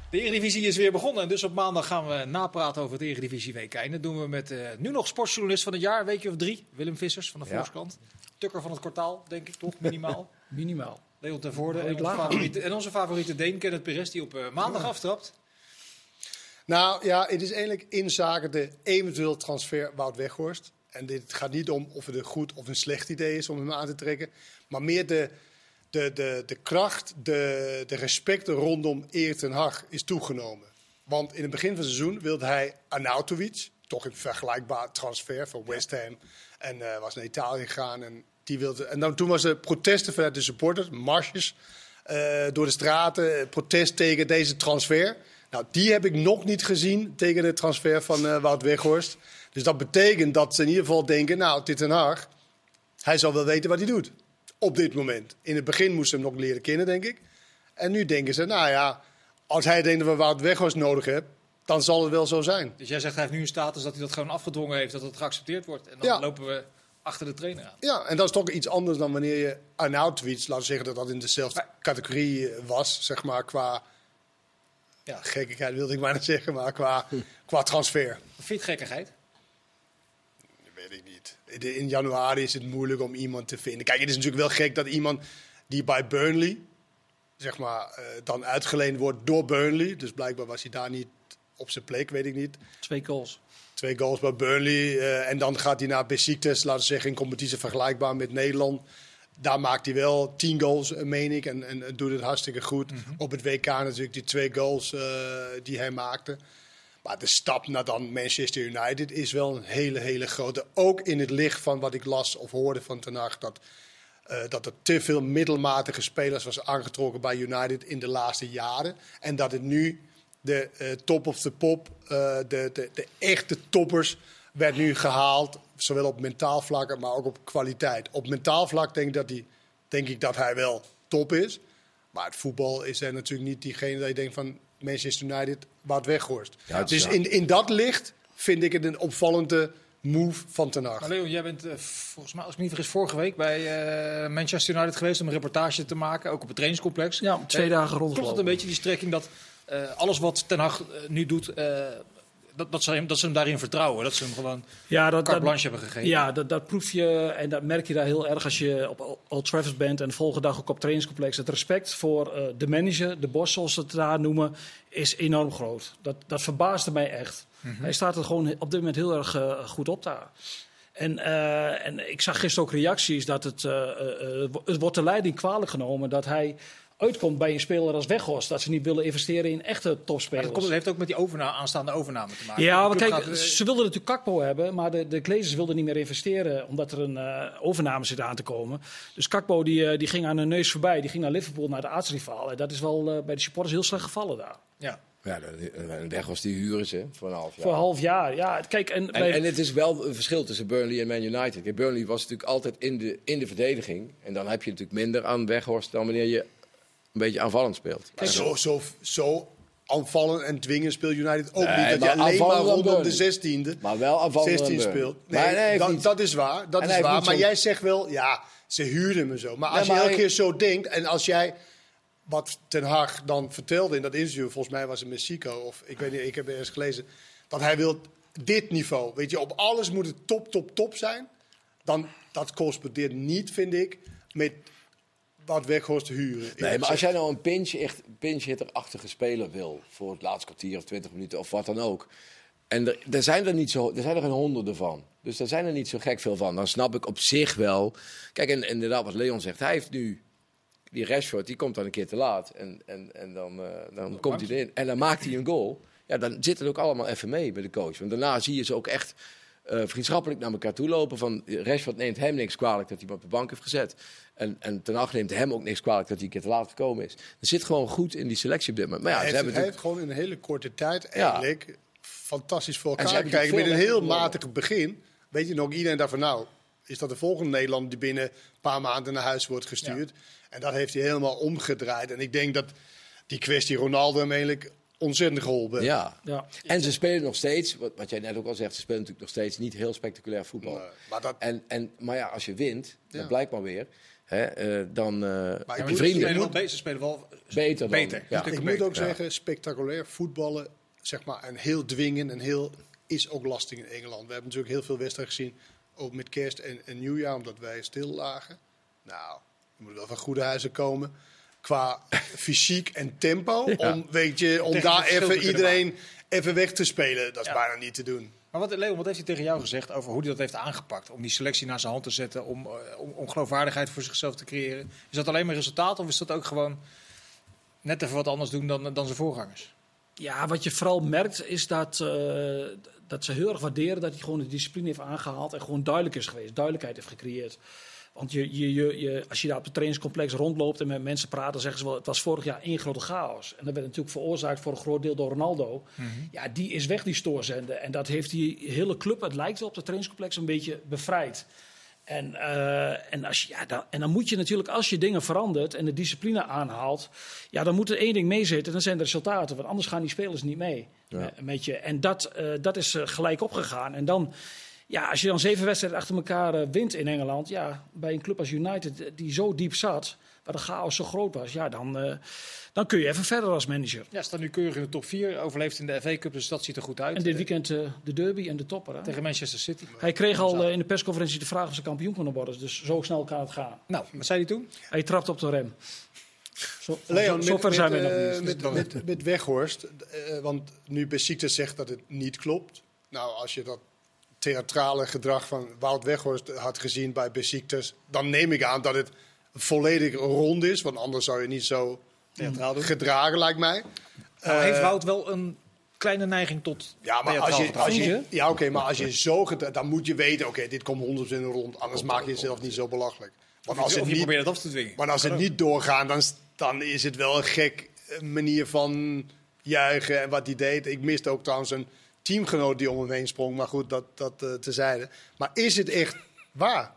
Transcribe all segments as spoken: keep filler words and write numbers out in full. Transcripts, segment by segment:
De Eredivisie is weer begonnen en dus op maandag gaan we napraten over het Eredivisie W K. En dat doen we met uh, nu nog sportjournalist van het jaar, weekje of drie. Willem Vissers van de Volkskrant. Ja. Tukker van het kwartaal, denk ik toch, minimaal. Minimaal. Leon ten Voorde en, onze favoriete, en onze favoriete Deen, Kenneth Perez, die op uh, maandag ja. aftrapt. Nou ja, het is eigenlijk in zaken de eventueel transfer Wout Weghorst. En dit gaat niet om of het een goed of een slecht idee is om hem aan te trekken. Maar meer de, de, de, de kracht, de, de respect rondom Erik ten Hag is toegenomen. Want in het begin van het seizoen wilde hij Arnautovic, toch een vergelijkbaar transfer van West Ham. En uh, was naar Italië gegaan. En, die wilde, en dan, toen was er protesten vanuit de supporters, marsjes uh, door de straten. Protest tegen deze transfer. Nou, die heb ik nog niet gezien tegen de transfer van uh, Wout Weghorst. Dus dat betekent dat ze in ieder geval denken, nou, dit ten Hag, hij zal wel weten wat hij doet. Op dit moment. In het begin moesten ze hem nog leren kennen, denk ik. En nu denken ze, nou ja, als hij denkt dat we Wout Weghorst nodig hebben, dan zal het wel zo zijn. Dus jij zegt, hij heeft nu een status dat hij dat gewoon afgedwongen heeft, dat het geaccepteerd wordt. En dan ja. lopen we achter de trainer aan. Ja, en dat is toch iets anders dan wanneer je Arnautovic, laten we zeggen dat dat in dezelfde maar, categorie was, zeg maar, qua... Ja, gekkigheid wilde ik maar niet zeggen, maar qua, hm. qua transfer. Vind je het gekkigheid? Dat weet ik niet. In januari is het moeilijk om iemand te vinden. Kijk, het is natuurlijk wel gek dat iemand die bij Burnley, zeg maar, uh, dan uitgeleend wordt door Burnley. Dus blijkbaar was hij daar niet op zijn plek, weet ik niet. Twee goals. Twee goals bij Burnley. Uh, en dan gaat hij naar Besiktas, laten we zeggen, in competitie vergelijkbaar met Nederland. Daar maakt hij wel tien goals, meen ik, en, en doet het hartstikke goed. Mm-hmm. Op het W K natuurlijk die twee goals uh, die hij maakte. Maar de stap naar dan Manchester United is wel een hele, hele grote. Ook in het licht van wat ik las of hoorde van Ten Hag, dat, uh, dat er te veel middelmatige spelers was aangetrokken bij United in de laatste jaren. En dat het nu de uh, top of the pop, uh, de, de, de echte toppers, werd nu gehaald. Zowel op mentaal vlak, maar ook op kwaliteit. Op mentaal vlak denk ik dat hij, denk ik dat hij wel top is. Maar het voetbal is er natuurlijk niet diegene dat je denkt van Manchester United, Wout Weghorst. Ja, dus ja. in, in dat licht vind ik het een opvallende move van Ten Hag. Maar Leon, jij bent uh, volgens mij, als ik me niet vergis, vorige week bij uh, Manchester United geweest om een reportage te maken. Ook op het trainingscomplex. Ja, twee uh, dagen rondgelopen. Klopt het een beetje die strekking dat uh, alles wat Ten Hag uh, nu doet... Uh, Dat, dat, ze hem, dat ze hem daarin vertrouwen, dat ze hem gewoon ja, dat, carte blanche hebben gegeven. Ja, dat, dat proef je en dat merk je daar heel erg als je op Old Trafford bent en de volgende dag ook op trainingscomplex. Het respect voor uh, de manager, de boss zoals ze het daar noemen, is enorm groot. Dat, dat verbaasde mij echt. Mm-hmm. Hij staat er gewoon op dit moment heel erg uh, goed op daar. En, uh, en ik zag gisteren ook reacties dat het, uh, uh, het wordt de leiding kwalijk genomen dat hij uitkomt bij een speler als Weghorst. Dat ze niet willen investeren in echte topspelers. Dat, dat heeft ook met die overname, aanstaande overname te maken. Ja, maar kijk, gaat, uh, ze wilden natuurlijk Kakpo hebben, maar de, de Glazers wilden niet meer investeren omdat er een uh, overname zit aan te komen. Dus Kakpo die, uh, die ging aan hun neus voorbij. Die ging naar Liverpool, naar de aartsrivaal. En dat is wel uh, bij de supporters heel slecht gevallen daar. Ja. Ja, de weg was die huren ze voor een half jaar. Voor een half jaar, ja. Kijk, en, en, bij... en het is wel een verschil tussen Burnley en Man United. Kijk, Burnley was natuurlijk altijd in de, in de verdediging. En dan heb je natuurlijk minder aan Weghorst dan wanneer je een beetje aanvallend speelt. Kijk, zo, zo, zo aanvallen en dwingen speelt United ook nee, niet. Dat je alleen maar rondom de zestiende, maar wel aanvallen zestien speelt. Nee, maar nee, dat, dat is waar. Dat is waar. Maar zo... jij zegt wel, ja, ze huurden me zo. Maar als nee, maar je elke hij... keer zo denkt en als jij... Wat Ten Hag dan vertelde in dat interview, volgens mij was het met Chico, of ik weet niet, ik heb ergens gelezen, dat hij wil dit niveau. Weet je, op alles moet het top, top, top zijn. Dan, dat correspondeert niet, vind ik, met wat Weghorst huren. Nee, maar als jij nou een pinch, echt pinch-hitter-achtige speler wil, voor het laatste kwartier of twintig minuten of wat dan ook, en er, er zijn er niet zo, er zijn er geen honderden van. Dus daar zijn er niet zo gek veel van. Dan snap ik op zich wel. Kijk, en, en inderdaad wat Leon zegt, hij heeft nu... Die Rashford, die komt dan een keer te laat. En, en, en dan, uh, dan dat komt hij erin. En dan maakt hij een goal. Ja, dan zit het ook allemaal even mee bij de coach. Want daarna zie je ze ook echt uh, vriendschappelijk naar elkaar toe lopen. Van, Rashford neemt hem niks kwalijk dat hij hem op de bank heeft gezet. En, en Ten Hag neemt hem ook niks kwalijk dat hij een keer te laat gekomen is. Dat zit gewoon goed in die selectie op dit moment. Maar ja, hij ze heeft, hebben hij natuurlijk... heeft gewoon in een hele korte tijd eigenlijk ja. fantastisch voor elkaar kijken. Met een heel matig begin. Weet je nog, iedereen dacht van nou... is dat de volgende Nederlander die binnen een paar maanden naar huis wordt gestuurd. Ja. En dat heeft hij helemaal omgedraaid. En ik denk dat die kwestie Ronaldo hem eigenlijk ontzettend geholpen. Ja. Ja. En ze spelen nog steeds, wat, wat jij net ook al zegt, ze spelen natuurlijk nog steeds niet heel spectaculair voetbal. Nee, maar, dat, En, en, maar ja, als je wint, Ja. dat blijkt maar weer, hè, uh, dan uh, Maar Ja, ik maar moet- ze vrienden. spelen wel be- ze spelen wel Beter dan. beter. Ja. Stukken ik beter. moet ook Ja. zeggen, spectaculair voetballen, zeg maar, en heel dwingen en heel is ook lastig in Engeland. We hebben natuurlijk heel veel wedstrijden gezien, ook met kerst en, en nieuwjaar, omdat wij stil lagen. Nou, je moet wel van goede huizen komen. Qua fysiek en tempo, Ja. om, weet je, om Tegen daar het verschil te even kunnen iedereen even weg te spelen. Dat is Ja. bijna niet te doen. Maar wat, Leon, wat heeft hij tegen jou gezegd over hoe hij dat heeft aangepakt? Om die selectie naar zijn hand te zetten, om, uh, om, om geloofwaardigheid voor zichzelf te creëren. Is dat alleen maar resultaat of is dat ook gewoon net even wat anders doen dan, dan zijn voorgangers? Ja, wat je vooral merkt is dat, uh, dat ze heel erg waarderen dat hij gewoon de discipline heeft aangehaald en gewoon duidelijk is geweest, duidelijkheid heeft gecreëerd. Want je, je, je, je, als je daar op het trainingscomplex rondloopt en met mensen praat, dan zeggen ze wel, het was vorig jaar één grote chaos. En dat werd natuurlijk veroorzaakt voor een groot deel door Ronaldo. Mm-hmm. Ja, die is weg, die stoorzende. En dat heeft die hele club, het lijkt wel op het trainingscomplex, een beetje bevrijd. En, uh, en, als je, ja, dan, en dan moet je natuurlijk, als je dingen verandert en de discipline aanhaalt, ja, dan moet er één ding meezitten en dan zijn de resultaten. Want anders gaan die spelers niet mee Ja. met, met je. En dat, uh, dat is uh, gelijk opgegaan. En dan, ja, als je dan zeven wedstrijden achter elkaar uh, wint in Engeland, ja, bij een club als United die zo diep zat, waar de chaos zo groot was, ja, dan, uh, dan kun je even verder als manager. Ja, staat nu keurig in de top vier, overleeft in de F A Cup, dus dat ziet er goed uit. En dit weekend uh, de derby en de topper. Hè? Tegen Manchester City. Hij kreeg al uh, in de persconferentie de vraag of ze kampioen konden worden. Dus zo snel kan het gaan. Nou, wat zei hij toen? Hij trapt op de rem. Zo, Leon, zo, zo met, ver zijn met, we nog uh, niet. met, met, met Weghorst, uh, want nu Besiktas zegt dat het niet klopt. Nou, als je dat theatrale gedrag van Wout Weghorst had gezien bij Besiktas, dan neem ik aan dat het volledig rond is, want anders zou je niet zo Theatraal doen. gedragen, lijkt mij. Nou, Uh, heeft Wout wel een kleine neiging tot Ja, maar theatraal als je, gedrag? als Vind je, je? ja, oké, maar als je zo gedra- dan moet je weten, oké, dit komt honderd procent rond, anders maak je jezelf niet zo belachelijk. Want Of als je, het of je niet, probeert het af te dwingen. maar als het Kan ook. niet doorgaat, dan, dan is het wel een gek eh, manier van juichen en wat hij deed. Ik miste ook trouwens een teamgenoot die om hem heen sprong, maar goed, dat, dat uh, tezijde. Maar is het echt waar?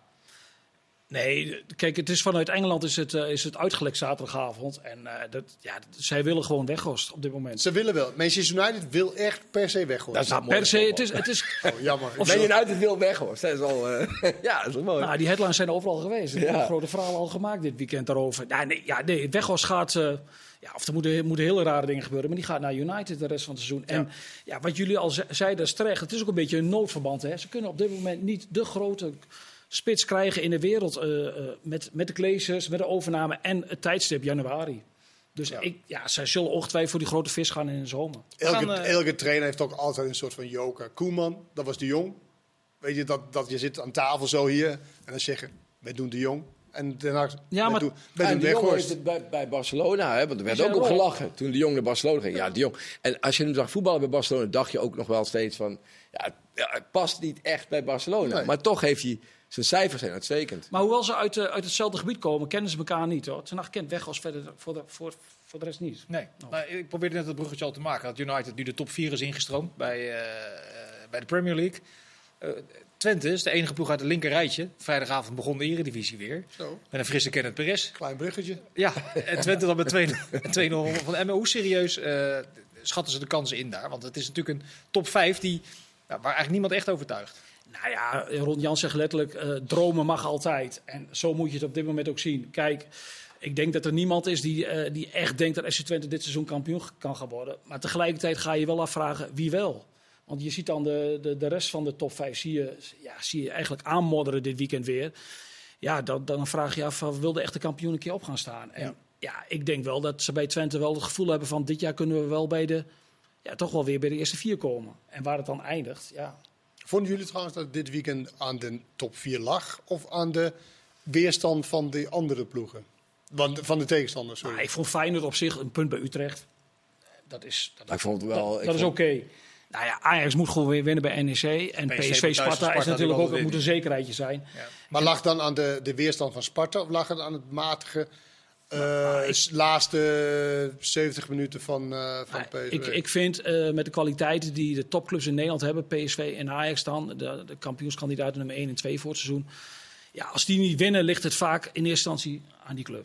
Nee, kijk, het is vanuit Engeland is het, uh, is het uitgelekt zaterdagavond. En uh, dat, ja, dat, zij willen gewoon Weghorst op dit moment. Ze willen wel. Manchester United wil echt per se weg. Dat is Nou, per se, het is, het is, Oh, jammer. Of Ben zo. je uit het wil weg, hoor. Dat is al, uh, ja, dat is wel mooi. nou, die headlines zijn overal geweest. Er Ja. zijn grote verhalen al gemaakt dit weekend daarover. Ja, nee, ja, nee Weghorst gaat... Uh, ja, of er moeten, moeten hele rare dingen gebeuren. Maar die gaat naar United de rest van het seizoen. Ja. En ja, wat jullie al ze- zeiden, is terecht. Het is ook een beetje een noodverband. Hè. Ze kunnen op dit moment niet de grote spits krijgen in de wereld. Uh, uh, met, met de Glazers, met de overname en het tijdstip januari. Dus Ja. ik, ja, zij zullen ongetwijfeld voor die grote vis gaan in de zomer. Elke, gaan, uh, elke trainer heeft ook altijd een soort van joker. Koeman, dat was de Jong. Weet je, dat, dat je zit aan tafel zo hier en dan zeggen, wij doen de Jong. En daarna, Ja, wij maar- doen, wij En doen de Jong heeft Weghorst. het bij, bij Barcelona, hè, want er werd Die ook zijn op er wel. gelachen toen de Jong naar Barcelona ging. Ja, de Jong. En als je hem zag voetballen bij Barcelona, dacht je ook nog wel steeds van, ja, het, ja, het past niet echt bij Barcelona. Nee. Maar toch heeft hij, zijn cijfers zijn uitstekend. Maar hoewel ze uit, uh, uit hetzelfde gebied komen, kennen ze elkaar niet. Hoor. Ten Hag kent Weghorst verder voor de, voor, voor de rest niet. Nee, maar ik probeerde net het bruggetje al te maken. Dat United nu de top vier is ingestroomd bij, uh, bij de Premier League. Uh, Twente is de enige ploeg uit het linker rijtje. Vrijdagavond begon de Eredivisie weer. Zo, Met een frisse Kenneth Perez. klein bruggetje. Ja, en Twente dan met twee nul van Emmen. Hoe serieus uh, schatten ze de kansen in daar? Want het is natuurlijk een top vijf die, nou, waar eigenlijk niemand echt overtuigt. Nou ja, Ron Jans zegt letterlijk, uh, dromen mag altijd. En zo moet je het op dit moment ook zien. Kijk, ik denk dat er niemand is die, uh, die echt denkt dat F C Twente dit seizoen kampioen kan gaan worden. Maar tegelijkertijd ga je wel afvragen wie wel. Want je ziet dan de, de, de rest van de top vijf zie je, ja, zie je eigenlijk aanmodderen dit weekend weer. Ja, dan, dan vraag je af, wil de echte kampioen een keer op gaan staan? En ja. ja, ik denk wel dat ze bij Twente wel het gevoel hebben van dit jaar kunnen we wel bij de, ja, toch wel weer bij de eerste vier komen. En waar het dan eindigt, ja. Vonden jullie trouwens dat dit weekend aan de top vier lag? Of aan de weerstand van de andere ploegen? Want, van de tegenstanders, sorry. Maar ik vond Feyenoord op zich een punt bij Utrecht. Dat is, dat, Maar ik vond het wel... dat, ik dat is vond- oké. Nou ja, Ajax moet gewoon weer winnen bij N E C. En P S V P S V thuis Sparta, Sparta is natuurlijk natuurlijk ook, altijd moet een zekerheidje zijn. Ja. Maar lag dan aan de, de weerstand van Sparta of lag het aan het matige uh, Maar ik- s- laatste zeventig minuten van, uh, van Maar P S V? ik, ik vind uh, met de kwaliteiten die de topclubs in Nederland hebben, P S V en Ajax dan, de, de kampioenskandidaten nummer één en twee voor het seizoen. Ja, als die niet winnen, ligt het vaak in eerste instantie aan die clubs.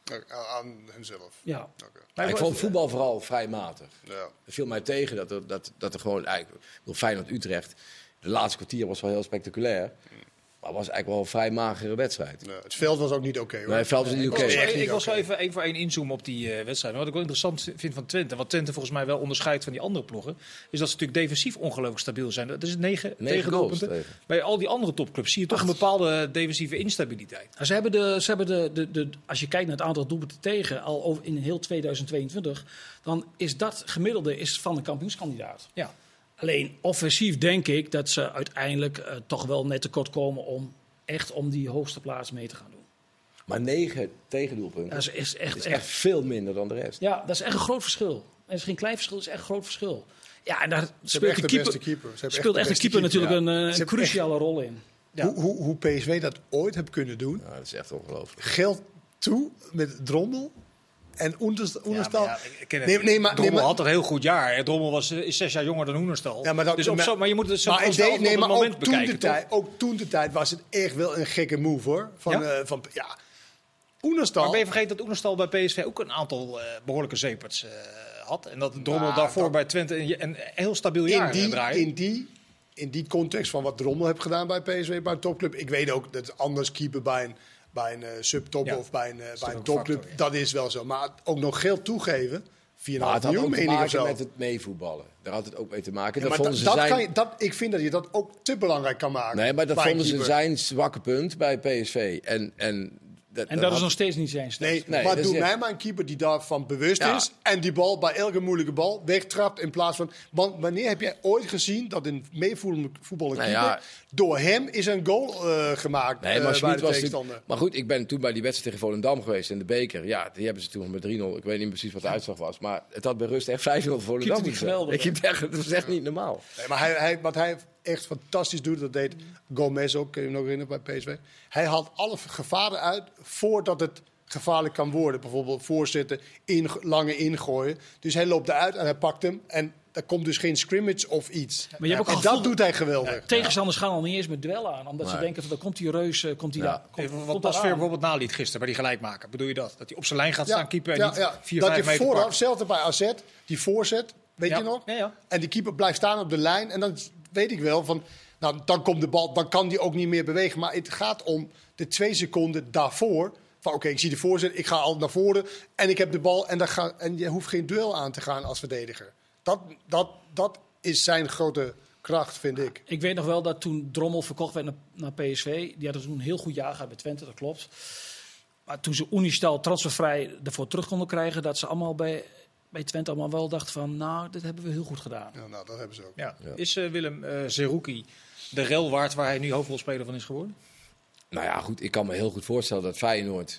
Aan hemzelf. Ja. Okay. Maar ik vond voetbal vooral vrij matig. Ja. Het viel mij tegen dat er, dat, dat er gewoon eigenlijk... Ik bedoel, Feyenoord-Utrecht, de laatste kwartier was wel heel spectaculair. Maar het was eigenlijk wel een vrij magere wedstrijd. Ja, het veld was ook niet oké. Okay, nee, het veld was niet oké. Okay. Okay. Ik, ik wil okay. zo even één voor één inzoomen op die uh, wedstrijd. Wat ik wel interessant vind van Twente, wat Twente volgens mij wel onderscheidt van die andere ploegen, is dat ze natuurlijk defensief ongelooflijk stabiel zijn. Dat is negen, negen tegendoelpunten. goals. Bij al die andere topclubs zie je toch Acht. een bepaalde defensieve instabiliteit. Ze hebben de, ze hebben de, de, de, als je kijkt naar het aantal doelpunten tegen, al over in heel tweeduizend tweeëntwintig, dan is dat gemiddelde is van de kampioenskandidaat. Ja. Alleen offensief denk ik dat ze uiteindelijk uh, toch wel net tekort komen om echt om die hoogste plaats mee te gaan doen. Maar negen tegendoelpunten dat is, is, echt, is echt, echt veel minder dan de rest. Ja, dat is echt een groot verschil. Het is geen klein verschil, het is echt een groot verschil. Ja, en daar Ze speelt de de keeper, keeper. Ze speelt echt de keeper, keeper natuurlijk ja. een, een cruciale echt, rol in. Ja. Hoe, hoe, hoe P S V dat ooit heeft kunnen doen. Ja, dat is echt ongelooflijk. Geld toe met Drommel. En Oenerstal. Ja, ja, nee, nee, maar, Drommel nee, maar, had een heel goed jaar. Drommel was, is zes jaar jonger dan Oenerstal. Ja, maar, dat, dus op zo, maar je moet het zo maar de, nee, nee, maar moment ook bekijken. Toen de tijd, ook toen de tijd was het echt wel een gekke move hoor. Van, ja? Uh, van, ja. Oenerstal. Maar ben je vergeten dat Oenerstal bij P S V ook een aantal uh, behoorlijke zeeperts uh, had. En dat Drommel nou, daarvoor dat, bij Twente een, een heel stabiel jaar in die, draaide. In die, in die context van wat Drommel heeft gedaan bij P S V, bij een topclub. Ik weet ook dat anders keeper bij een... bij een uh, subtop ja. of bij een, uh, bij een topclub, factor, ja. dat is wel zo. Maar ook nog geld toegeven, vier komma vijf miljoen mening of zo. Met het meevoetballen. Daar had het ook mee te maken. Ja, dat dat, ze dat zijn... kan je, dat, ik vind dat je dat ook te belangrijk kan maken. Nee, maar dat vonden ze zijn zwakke punt bij P S V. En, en dat, en dat, dat is had... nog steeds niet zijn steeds. Nee, nee, maar doe mij maar een keeper die daarvan bewust ja. is. En die bal bij elke moeilijke bal wegtrapt. In plaats van. Want wanneer heb jij ooit gezien dat een meevoetballende keeper. Nou ja. door hem is een goal uh, gemaakt. Nee, maar, uh, bij de was tegenstander. Maar goed, ik ben toen bij die wedstrijd tegen Volendam geweest in de beker. Ja, die hebben ze toen met drie nul. Ik weet niet precies wat de uitslag was. Maar het had bij rust echt vijf nul voor Volendam. Geweldig. Ik echt, dat was echt niet normaal. Nee, maar hij, hij, wat hij echt fantastisch doet, dat deed Gomez ook. Kun je hem nog herinneren bij P S V? Hij haalt alle gevaren uit voordat het gevaarlijk kan worden. Bijvoorbeeld voorzetten, in, lange ingooien. Dus hij loopt eruit en hij pakt hem. En er komt dus geen scrimmage of iets. Maar je hebt ook en dat doet hij geweldig. Ja, tegenstanders gaan al niet eens met duel aan. Omdat nee. ze denken, van, dan komt die reus, komt die ja. daar. Komt, Even, wat Pasveer bijvoorbeeld naliet gisteren bij die gelijkmaker. Bedoel je dat? Dat hij op zijn lijn gaat ja. staan keeper en ja, niet ja. vier, dat vijf je meter vooraf, pakt. zelfs bij A Z, die voorzet, weet ja. je nog? Ja, ja. En die keeper blijft staan op de lijn. En dan weet ik wel van... Nou, dan komt de bal, dan kan die ook niet meer bewegen. Maar het gaat om de twee seconden daarvoor. Van oké, okay, ik zie de voorzet, ik ga al naar voren en ik heb de bal. En, dan ga, en je hoeft geen duel aan te gaan als verdediger. Dat, dat, dat is zijn grote kracht, vind ik. Ik weet nog wel dat toen Drommel verkocht werd naar, naar P S V. Die hadden toen een heel goed jaar gehad bij Twente, dat klopt. Maar toen ze Unistal transfervrij ervoor terug konden krijgen... dat ze allemaal bij... bij Twente allemaal wel dachten van, nou, dit hebben we heel goed gedaan. Ja, nou, dat hebben ze ook. Ja. Ja. Is uh, Willem uh, Zerouki de rel waard waar hij nu hoofdrolspeler van is geworden? Nou ja, goed, ik kan me heel goed voorstellen dat Feyenoord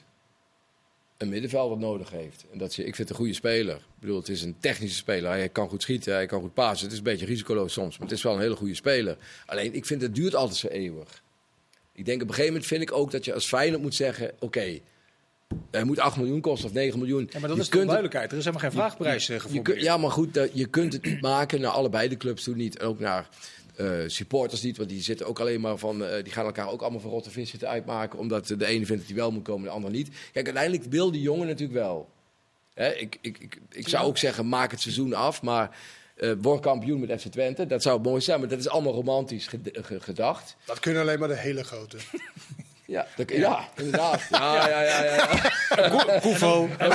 een middenvelder nodig heeft. En dat ze, ik vind het een goede speler. Ik bedoel, het is een technische speler. Hij kan goed schieten, hij kan goed pasen. Het is een beetje risicoloos soms, maar het is wel een hele goede speler. Alleen, ik vind het duurt altijd zo eeuwig. Ik denk op een gegeven moment vind ik ook dat je als Feyenoord moet zeggen, oké, okay, hij moet acht miljoen kosten of negen miljoen. Ja, maar dat je is de duidelijkheid. Er is helemaal geen vraagprijs uh, geformuleerd. Ja, maar goed, uh, je kunt het niet maken naar allebei de clubs toe niet. En ook naar uh, supporters niet. Want die zitten ook alleen maar van... Uh, die gaan elkaar ook allemaal van rotte vis zitten uitmaken. Omdat de ene vindt dat hij wel moet komen, de ander niet. Kijk, uiteindelijk wil die jongen natuurlijk wel. Hè, ik, ik, ik, ik zou ook zeggen, maak het seizoen af. Maar uh, word kampioen met F C Twente. Dat zou mooi zijn, maar dat is allemaal romantisch gedacht. Dat kunnen alleen maar de hele grote. Ja, dat, ja. ja, inderdaad. Ja, ja, ja. ja, ja. Koevo. En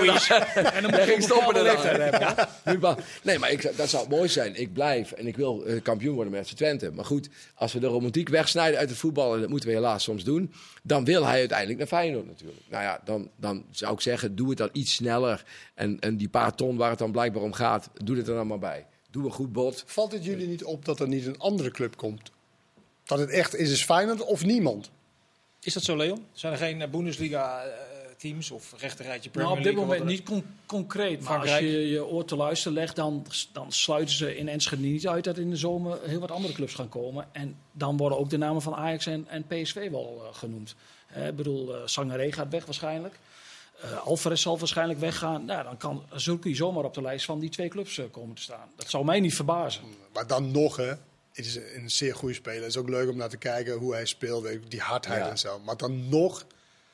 dan moet je stoppen de leeftijd hebben. Nee, maar ik, dat zou mooi zijn. Ik blijf en ik wil uh, kampioen worden met F C Twente. Maar goed, als we de romantiek wegsnijden uit het voetbal... en dat moeten we helaas soms doen... dan wil hij uiteindelijk naar Feyenoord natuurlijk. Nou ja, dan, dan zou ik zeggen, doe het dan iets sneller. En, en die paar ton waar het dan blijkbaar om gaat... doe het er dan maar bij. Doe een goed bod. Valt het jullie niet op dat er niet een andere club komt? Dat het echt is, is Feyenoord of niemand? Is dat zo, Leon? Zijn er geen Bundesliga-teams of rechterrijtje Premier League? Nou, op dit moment niet con- concreet. Maar als je je oor te luisteren legt, dan, dan sluiten ze in Enschede niet uit... dat in de zomer heel wat andere clubs gaan komen. En dan worden ook de namen van Ajax en, en P S V wel uh, genoemd. Uh, ik bedoel, uh, Sangaré gaat weg waarschijnlijk. Uh, Alvarez zal waarschijnlijk weggaan. Nou, dan kan Zerouki zomaar op de lijst van die twee clubs uh, komen te staan. Dat zou mij niet verbazen. Maar dan nog, hè. Het is een zeer goede speler. Het is ook leuk om naar te kijken hoe hij speelt. Die hardheid ja. en zo. Maar dan nog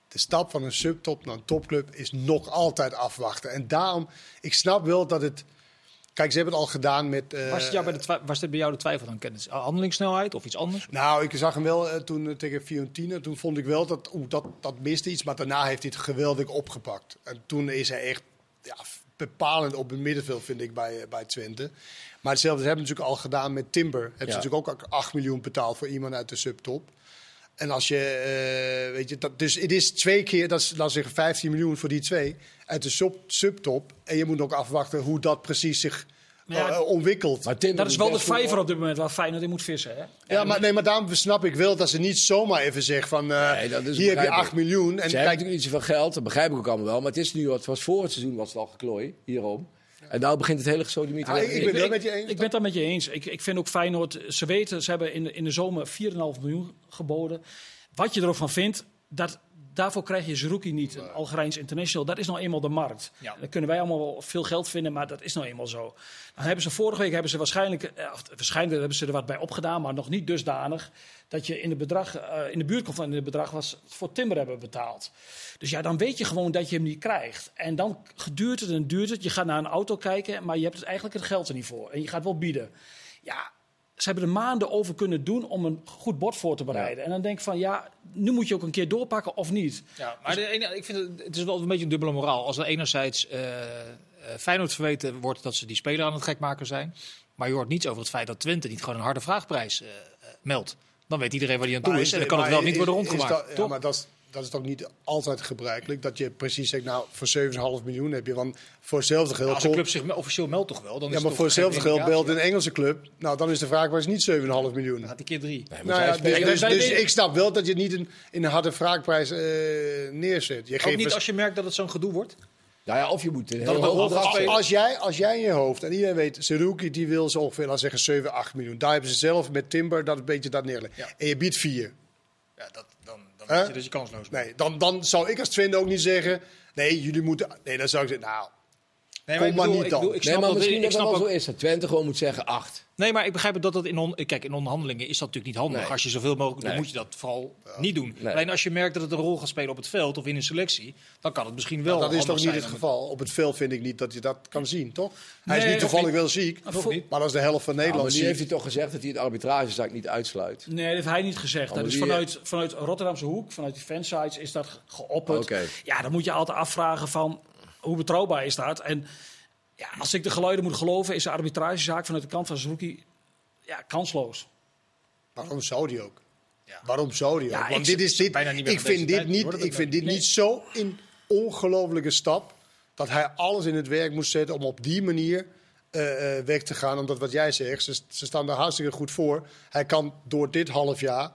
de stap van een subtop naar een topclub is nog altijd afwachten. En daarom, ik snap wel dat het... Kijk, ze hebben het al gedaan met... Uh, was, het jou bij de twi- was dit bij jou de twijfel aan kennis? Handelingssnelheid of iets anders? Nou, ik zag hem wel uh, toen uh, tegen Fiorentina. Toen vond ik wel dat oeh, dat, dat miste iets. Maar daarna heeft hij het geweldig opgepakt. En toen is hij echt ja, bepalend op het middenveld, vind ik, bij, uh, bij Twente. Maar hetzelfde hebben ze natuurlijk al gedaan met Timber. Hebben Ja. ze natuurlijk ook acht miljoen betaald voor iemand uit de subtop. En als je, uh, weet je, dat, dus het is twee keer, dat is, laten we zeggen, vijftien miljoen voor die twee uit de sub, subtop. En je moet ook afwachten hoe dat precies zich Ja, uh, ontwikkelt. Maar Timber Dat is doet wel de best goed, vijver hoor. op dit moment waar Feyenoord in moet vissen. Hè? Ja, maar, nee, maar daarom snap ik wel dat ze niet zomaar even zeggen van... Uh, Nee, dat is hier heb je begrijpelijk. acht miljoen. En Ze hebben kijk, natuurlijk niet zoveel geld, dat begrijp ik ook allemaal wel. Maar het is nu, het was voor het seizoen was het al geklooi, hierom. En nou begint het hele gesodemiet. Ja, ik- ik ben wel met je eens. Ik ben het daar met je eens. Ik, ik vind ook Feyenoord, ze weten, ze hebben in de, in de zomer vier komma vijf miljoen geboden. Wat je er ook van vindt, dat, daarvoor krijg je Zerouki niet, een Algerijns international. Dat is nou eenmaal de markt. Ja. Dan kunnen wij allemaal wel veel geld vinden, maar dat is nou eenmaal zo. Dan hebben ze vorige week hebben ze waarschijnlijk, eh, of waarschijnlijk hebben ze er wat bij opgedaan, maar nog niet dusdanig dat je in de, bedrag, uh, in de buurt komt van het bedrag was voor Timber hebben betaald. Dus ja, dan weet je gewoon dat je hem niet krijgt. En dan duurt het en duurt het. Je gaat naar een auto kijken, maar je hebt het eigenlijk het geld er niet voor. En je gaat wel bieden. Ja, ze hebben er maanden over kunnen doen om een goed bod voor te bereiden. Ja. En dan denk ik van, ja, nu moet je ook een keer doorpakken of niet. Ja, maar de ene, ik vind het, het is wel een beetje een dubbele moraal. Als er enerzijds uh, uh, Feyenoord verweten wordt dat ze die speler aan het gek maken zijn. Maar je hoort niets over het feit dat Twente niet gewoon een harde vraagprijs uh, uh, meldt. Dan weet iedereen waar die aan toe is, is. En dan kan het wel is, niet worden is rondgemaakt. Dat, ja, maar dat is, dat is toch niet altijd gebruikelijk? Dat je precies zegt, nou, voor zeven komma vijf miljoen heb je. Want voor hetzelfde geld... Nou, als een club zich officieel meldt toch wel? Dan is ja, maar het voor toch hetzelfde geen geld belt indicatie. een Engelse club. Nou, dan is de vraag, waar is niet zeven komma vijf miljoen? Dan gaat die keer drie. Nee, maar Nou zij ja, spelen- dus, dus, wij dus weten- ik snap wel dat je het niet in, in een harde vraagprijs uh, neerzet. Je Ook geeft niet vers- als je merkt dat het zo'n gedoe wordt. Nou ja, of je moet een Dat heel het hoog een bedrag hoog- spelen. Als jij, als jij in je hoofd, en iedereen weet, Zerouki die wil zo ongeveer, laten we zeggen, zeven, acht miljoen. Daar hebben ze zelf met Timber dat een beetje dat neerleggen. Ja. En je biedt vier. Ja, dat, dan dan Huh? weet je dat je kansloos bent. Nee, dan, dan zou ik als Twente ook niet zeggen, nee, jullie moeten... Nee, dan zou ik zeggen, nou... Nee, Kom ik maar bedoel, niet ik bedoel, dan. ik Nee, snap maar dat, misschien ik dat dat snap wel ook, zo is. Dat Twente gewoon moet zeggen acht. Nee, maar ik begrijp dat het in, on, kijk, in onderhandelingen is dat natuurlijk niet handig. Nee. Als je zoveel mogelijk, dan Nee. moet je dat vooral niet doen. Nee. Alleen als je merkt dat het een rol gaat spelen op het veld of in een selectie, dan kan het misschien wel. dat is toch handig niet zijn het om- geval. Op het veld vind ik niet dat je dat kan zien, toch? Hij is Nee, niet toch toevallig niet. wel ziek, Toch niet. maar dat is de helft van Ja, maar Nederland nu ziek. heeft hij toch gezegd dat hij het arbitragezaak niet uitsluit. Nee, dat heeft hij niet gezegd. Oh, Dat maar is die, vanuit, vanuit Rotterdamse hoek, vanuit die fansites is dat geopperd. Oké. Ja, dan moet je altijd afvragen van, hoe betrouwbaar is dat? En ja, als ik de geluiden moet geloven, is de arbitragezaak vanuit de kant van Zerouki ja, kansloos. Waarom zou die ook? Ja. Waarom zou die Ja, ook? Want ik- dit is dit. bijna niet meer Ik van deze vind dit tijd, niet, hoor, dat ik vind dit nee. niet zo een ongelofelijke stap dat hij alles in het werk moest zetten om op die manier eh, eh, weg te gaan. Omdat wat jij zegt, ze, ze staan daar hartstikke goed voor. Hij kan door dit half jaar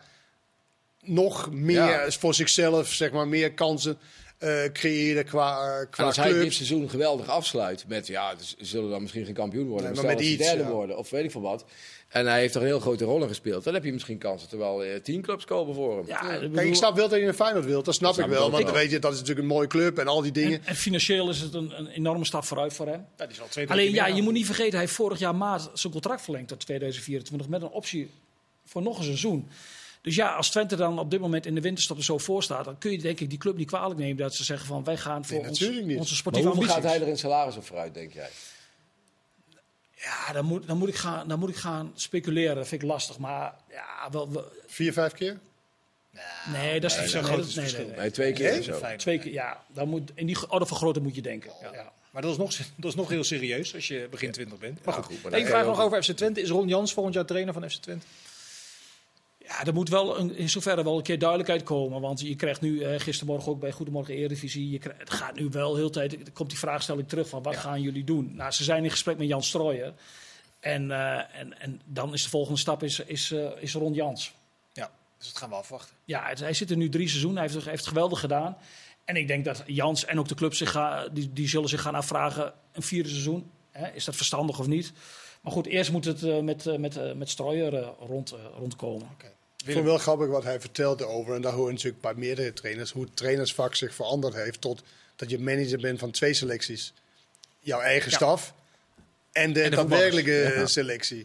nog meer Ja. voor zichzelf, zeg maar, meer kansen eh, creëren qua, eh, En qua als hij dit clubs. seizoen geweldig afsluit met, ja, dus ze zullen dan misschien geen kampioen worden, Nee, maar, maar stel met dat ze iets, derde ja. worden of weet ik veel wat. En hij heeft toch een heel grote rol in gespeeld. Dan heb je misschien kans dat er wel eh, tien clubs komen voor hem. Ja, ik Kijk, bedoel- ik snap wel dat je een Feyenoord wilt, dat snap Dat ik snap wel. ik ook Want wel. weet je, dat is natuurlijk een mooie club en al die dingen. En, en financieel is het een, een enorme stap vooruit voor hem. Ja, die is al twee, drie Alleen keer ja, meer je aan. moet niet vergeten, hij heeft vorig jaar maart zijn contract verlengd tot tweeduizend vierentwintig met een optie voor nog een seizoen. Dus ja, als Twente dan op dit moment in de winterstop er zo voor staat, dan kun je denk ik die club niet kwalijk nemen dat ze zeggen van wij gaan voor Nee, ons, natuurlijk niet. onze Maar sportieve hoeveel ambities. gaat hij er in salaris op vooruit, denk jij? Ja, dan moet, dan, moet ik gaan, dan moet ik gaan speculeren. Dat vind ik lastig. Maar ja, wel, wel- Vier, vijf keer? nee, dat is nee, niet zo'n zo groot groot. is Nee, het nee, verschil. nee. Nee, twee keer Nee? of zo. Fijn. Twee keer, ja. Dan moet, in die orde van grootte moet je denken. Ja. Ja. Maar dat is, nog, dat is nog heel serieus als je begin twintig bent. Maar Ja, goed, goed, maar Eén dan- vraag heel nog goed. over F C Twente. Is Ron Jans volgend jaar trainer van F C Twente? Ja, er moet wel een, in zoverre wel een keer duidelijkheid komen. Want je krijgt nu, eh, gistermorgen ook bij Goedemorgen Eredivisie, je krijgt, het gaat nu wel heel de tijd, er komt die vraagstelling terug van wat gaan jullie doen? Nou, ze zijn in gesprek met Jan Strooijer. En, eh, en, en dan is de volgende stap is, is, uh, is Ron Jans. Ja, dus dat gaan we afwachten. Ja, het- hij zit er nu drie seizoenen, hij heeft, het- heeft het geweldig gedaan. En ik denk dat Jans en ook de club zich gaan, die, die zullen zich gaan afvragen, een vierde seizoen, hè, is dat verstandig of niet? Maar goed, eerst moet het uh, met, uh, met, uh, met Strooijer uh, rond, uh, rondkomen. Okay. Ik vond wel grappig wat hij vertelde over, en daar horen natuurlijk bij meerdere trainers, hoe het trainersvak zich veranderd heeft tot dat je manager bent van twee selecties. Jouw eigen Ja. staf en de, En de daadwerkelijke voetballers. selectie.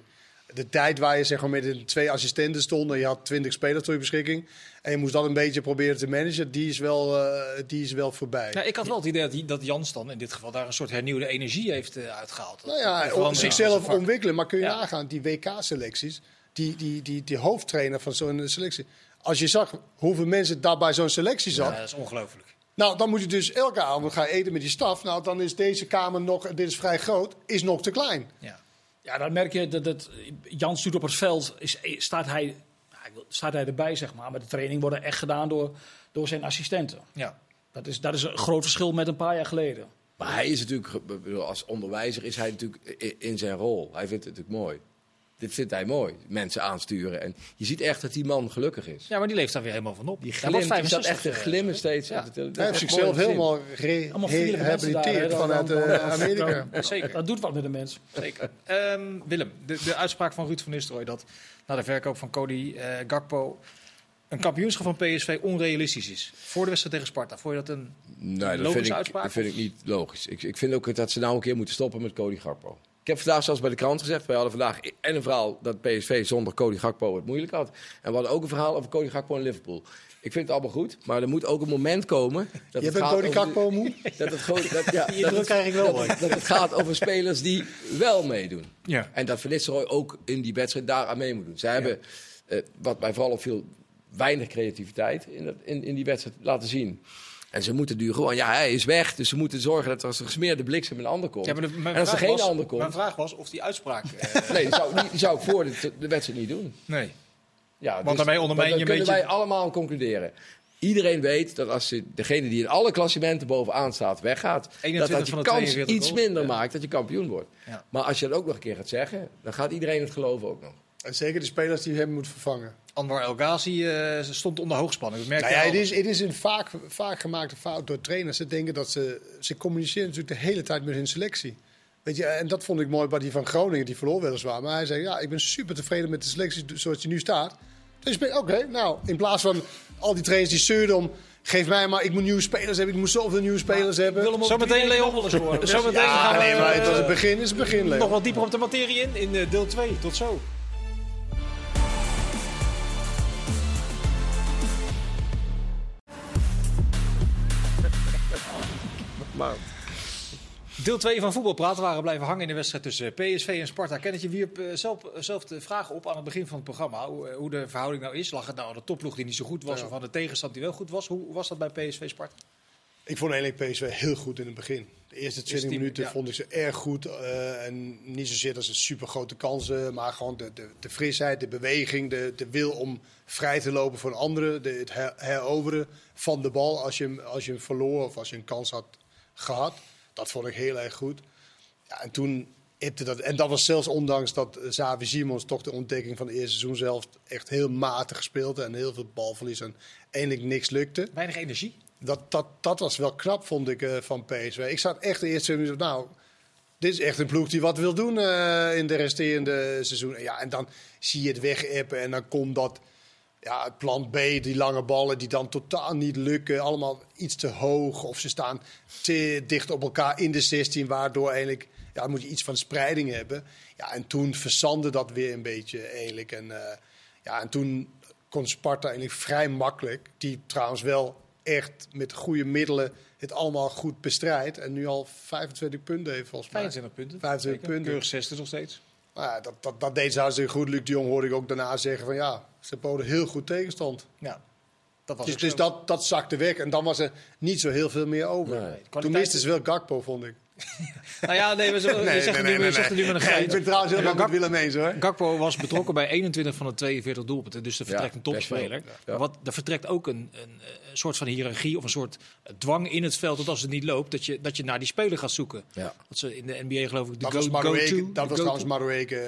de tijd waar je zeg maar, met een, twee assistenten stond en je had twintig spelers tot je beschikking. En je moest dat een beetje proberen te managen, die is wel, uh, die is wel voorbij. Ja, ik had wel het idee dat, die, dat Jans dan in dit geval daar een soort hernieuwde energie heeft uh, uitgehaald. Nou ja, om zichzelf ontwikkelen. Maar kun je ja. nagaan, die W K-selecties, die, die, die, die hoofdtrainer van zo'n selectie. Als je zag hoeveel mensen daar bij zo'n selectie zat. Ja, dat is ongelooflijk. Nou, dan moet je dus elke avond gaan eten met die staf. Nou, dan is deze kamer nog, dit is vrij groot, is nog te klein. Ja. Ja, dan merk je dat, dat Jans doet op het veld, is, staat, hij, staat hij erbij, zeg maar. Maar de training wordt echt gedaan door, door zijn assistenten. Ja. Dat is, dat is een groot verschil met een paar jaar geleden. Maar hij is natuurlijk, als onderwijzer is hij natuurlijk in zijn rol. Hij vindt het natuurlijk mooi. Dit vindt hij mooi, mensen aansturen. En je ziet echt dat die man gelukkig is. Ja, maar die leeft daar weer helemaal van op. Die Hij wordt glimt, die zat echt te vijfenzestig, glimmen uh, steeds. ja. Dat- dat Hij is heeft echt mooi zichzelf om te zien. helemaal Allemaal vriendelijke mensen daar, gerehabiliteerd hè, dan- vanuit dan- uh, dan- Amerika. dan- Zeker. Dat doet wat met de mens. Zeker. Um, Willem, de, de uitspraak van Ruud van Nistelrooy dat na de verkoop van Cody uh, Gakpo een kampioenschap van P S V onrealistisch is. Voor de wedstrijd tegen Sparta. Vond je dat een Nee, dat logische vind, ik, uitspraak? dat vind ik niet logisch. Ik, ik vind ook dat ze nou een keer moeten stoppen met Cody Gakpo. Ik heb vandaag zelfs bij de krant gezegd, wij hadden vandaag en een verhaal dat P S V zonder Cody Gakpo het moeilijk had. En we hadden ook een verhaal over Cody Gakpo in Liverpool. Ik vind het allemaal goed, maar er moet ook een moment komen... Dat Je het bent gaat Cody over de- Gakpo moe? Dat het, gewoon, dat, ja, Die dat, indruk het, krijg ik wel, dat, hoor. het- dat het gaat over spelers die wel meedoen. Ja. En dat Van Nistelrooy ook in die wedstrijd daar aan mee moet doen. Zij hebben, eh, wat mij vooral opviel, weinig creativiteit in, dat, in, in die wedstrijd laten zien. En ze moeten nu gewoon, ja, hij is weg. Dus ze moeten zorgen dat als er gesmeerde bliksem een ander komt. Ja, maar de, mijn en als er vraag geen was, ander komt... Mijn vraag was of die uitspraak... Uh, Nee, die zou, die, die zou ik voor de, de wedstrijd niet doen. nee. Ja, Want daarmee ondermijn dan je een kunnen beetje- wij allemaal concluderen. Iedereen weet dat als je, degene die in alle klassementen bovenaan staat weggaat... dat eenentwintig dat je van de kans tweeënveertig iets goals. minder Ja. maakt dat je kampioen wordt. Ja. Maar als je dat ook nog een keer gaat zeggen... dan gaat iedereen het geloven ook nog. En zeker de spelers die hem moeten vervangen. Anwar El Ghazi uh, stond onder hoogspanning. Dat merk Nou je ja, al. het is, het is een vaak, vaak gemaakte fout door trainers. Ze denken dat ze... Ze communiceren natuurlijk de hele tijd met hun selectie. Weet je, en dat vond ik mooi bij die van Groningen. Die verloor weliswaar. Maar hij zei, ja, ik ben super tevreden met de selectie zoals die nu staat. Dus ik ben, oké, nou, in plaats van al die trainers die zeurden om... Geef mij maar, ik moet nieuwe spelers hebben. Ik moet zoveel nieuwe spelers hebben. Willem Zometeen, Leon. Zometeen gaan Ja, we nee, maar het was uh, het begin, is het begin, Leo. nog wat dieper op de materie in, in uh, deel twee. Tot zo. Deel twee van Voetbalpraat waren blijven hangen in de wedstrijd tussen P S V en Sparta. Kennetje wierp uh, zelf, zelf de vraag op aan het begin van het programma. Hoe, uh, hoe de verhouding nou is. Lag het nou aan de topploeg die niet zo goed was Ja. of aan de tegenstand die wel goed was? Hoe was dat bij P S V Sparta? Ik vond eigenlijk P S V heel goed in het begin. De eerste twintig die- minuten ja. vond ik ze erg goed. Uh, en niet zozeer dat ze super grote kansen, maar gewoon de, de, de frisheid, de beweging, de, de wil om vrij te lopen voor een andere. De, het her- heroveren van de bal als je, hem, als je hem verloor of als je een kans had gehad. Dat vond ik heel erg goed. Ja, en toen hipte dat. En dat was zelfs ondanks dat Xavi Simons toch de ontdekking van het eerste seizoen zelf echt heel matig speelde. En heel veel balverlies en eindelijk niks lukte. Weinig energie. Dat, dat, dat was wel knap, vond ik, uh, van P S V. Ik zat echt de eerste minuten, nou, dit is echt een ploeg die wat wil doen uh, in de resterende seizoen. Ja, en dan zie je het wegappen en dan komt dat, ja, het plan B, die lange ballen die dan totaal niet lukken. Allemaal iets te hoog of ze staan te dicht op elkaar in de zestien, waardoor eigenlijk, ja, dan moet je iets van spreiding hebben. Ja, en toen verzandde dat weer een beetje eigenlijk. En, uh, ja, en toen kon Sparta eigenlijk vrij makkelijk, die trouwens wel echt met goede middelen het allemaal goed bestrijdt. En nu al vijfentwintig punten heeft volgens mij. vijfentwintig punten. vijfentwintig Zeker. punten. Keurig zesde nog steeds. Nou ja, dat, dat, dat deed ze hartstikke goed. Luc de Jong hoorde ik ook daarna zeggen van ja, ze boden heel goed tegenstand. Ja, dat was Dus, ook dus zo. dat, dat zakte weg en dan was er niet zo heel veel meer over. Nee. Toen Kwaliteit- miste ze wel Gakpo, vond ik. Nou ja, nee, we, we, je zegt het nu, je zegt het nu met een Nee, gein. ik ben trouwens helemaal met Willem eens hoor. Gakpo was betrokken bij eenentwintig van de tweeënveertig doelpunten. Dus er vertrekt Ja, een topspeler. best wel, ja. Maar wat, er vertrekt ook een, een, een soort van hiërarchie of een soort dwang in het veld. Dat als het niet loopt, dat je, dat je naar die speler gaat zoeken. Ja. Dat ze in de N B A geloof ik de Dat go, was, Madueke, go-to. dat de was go-to trouwens Madueke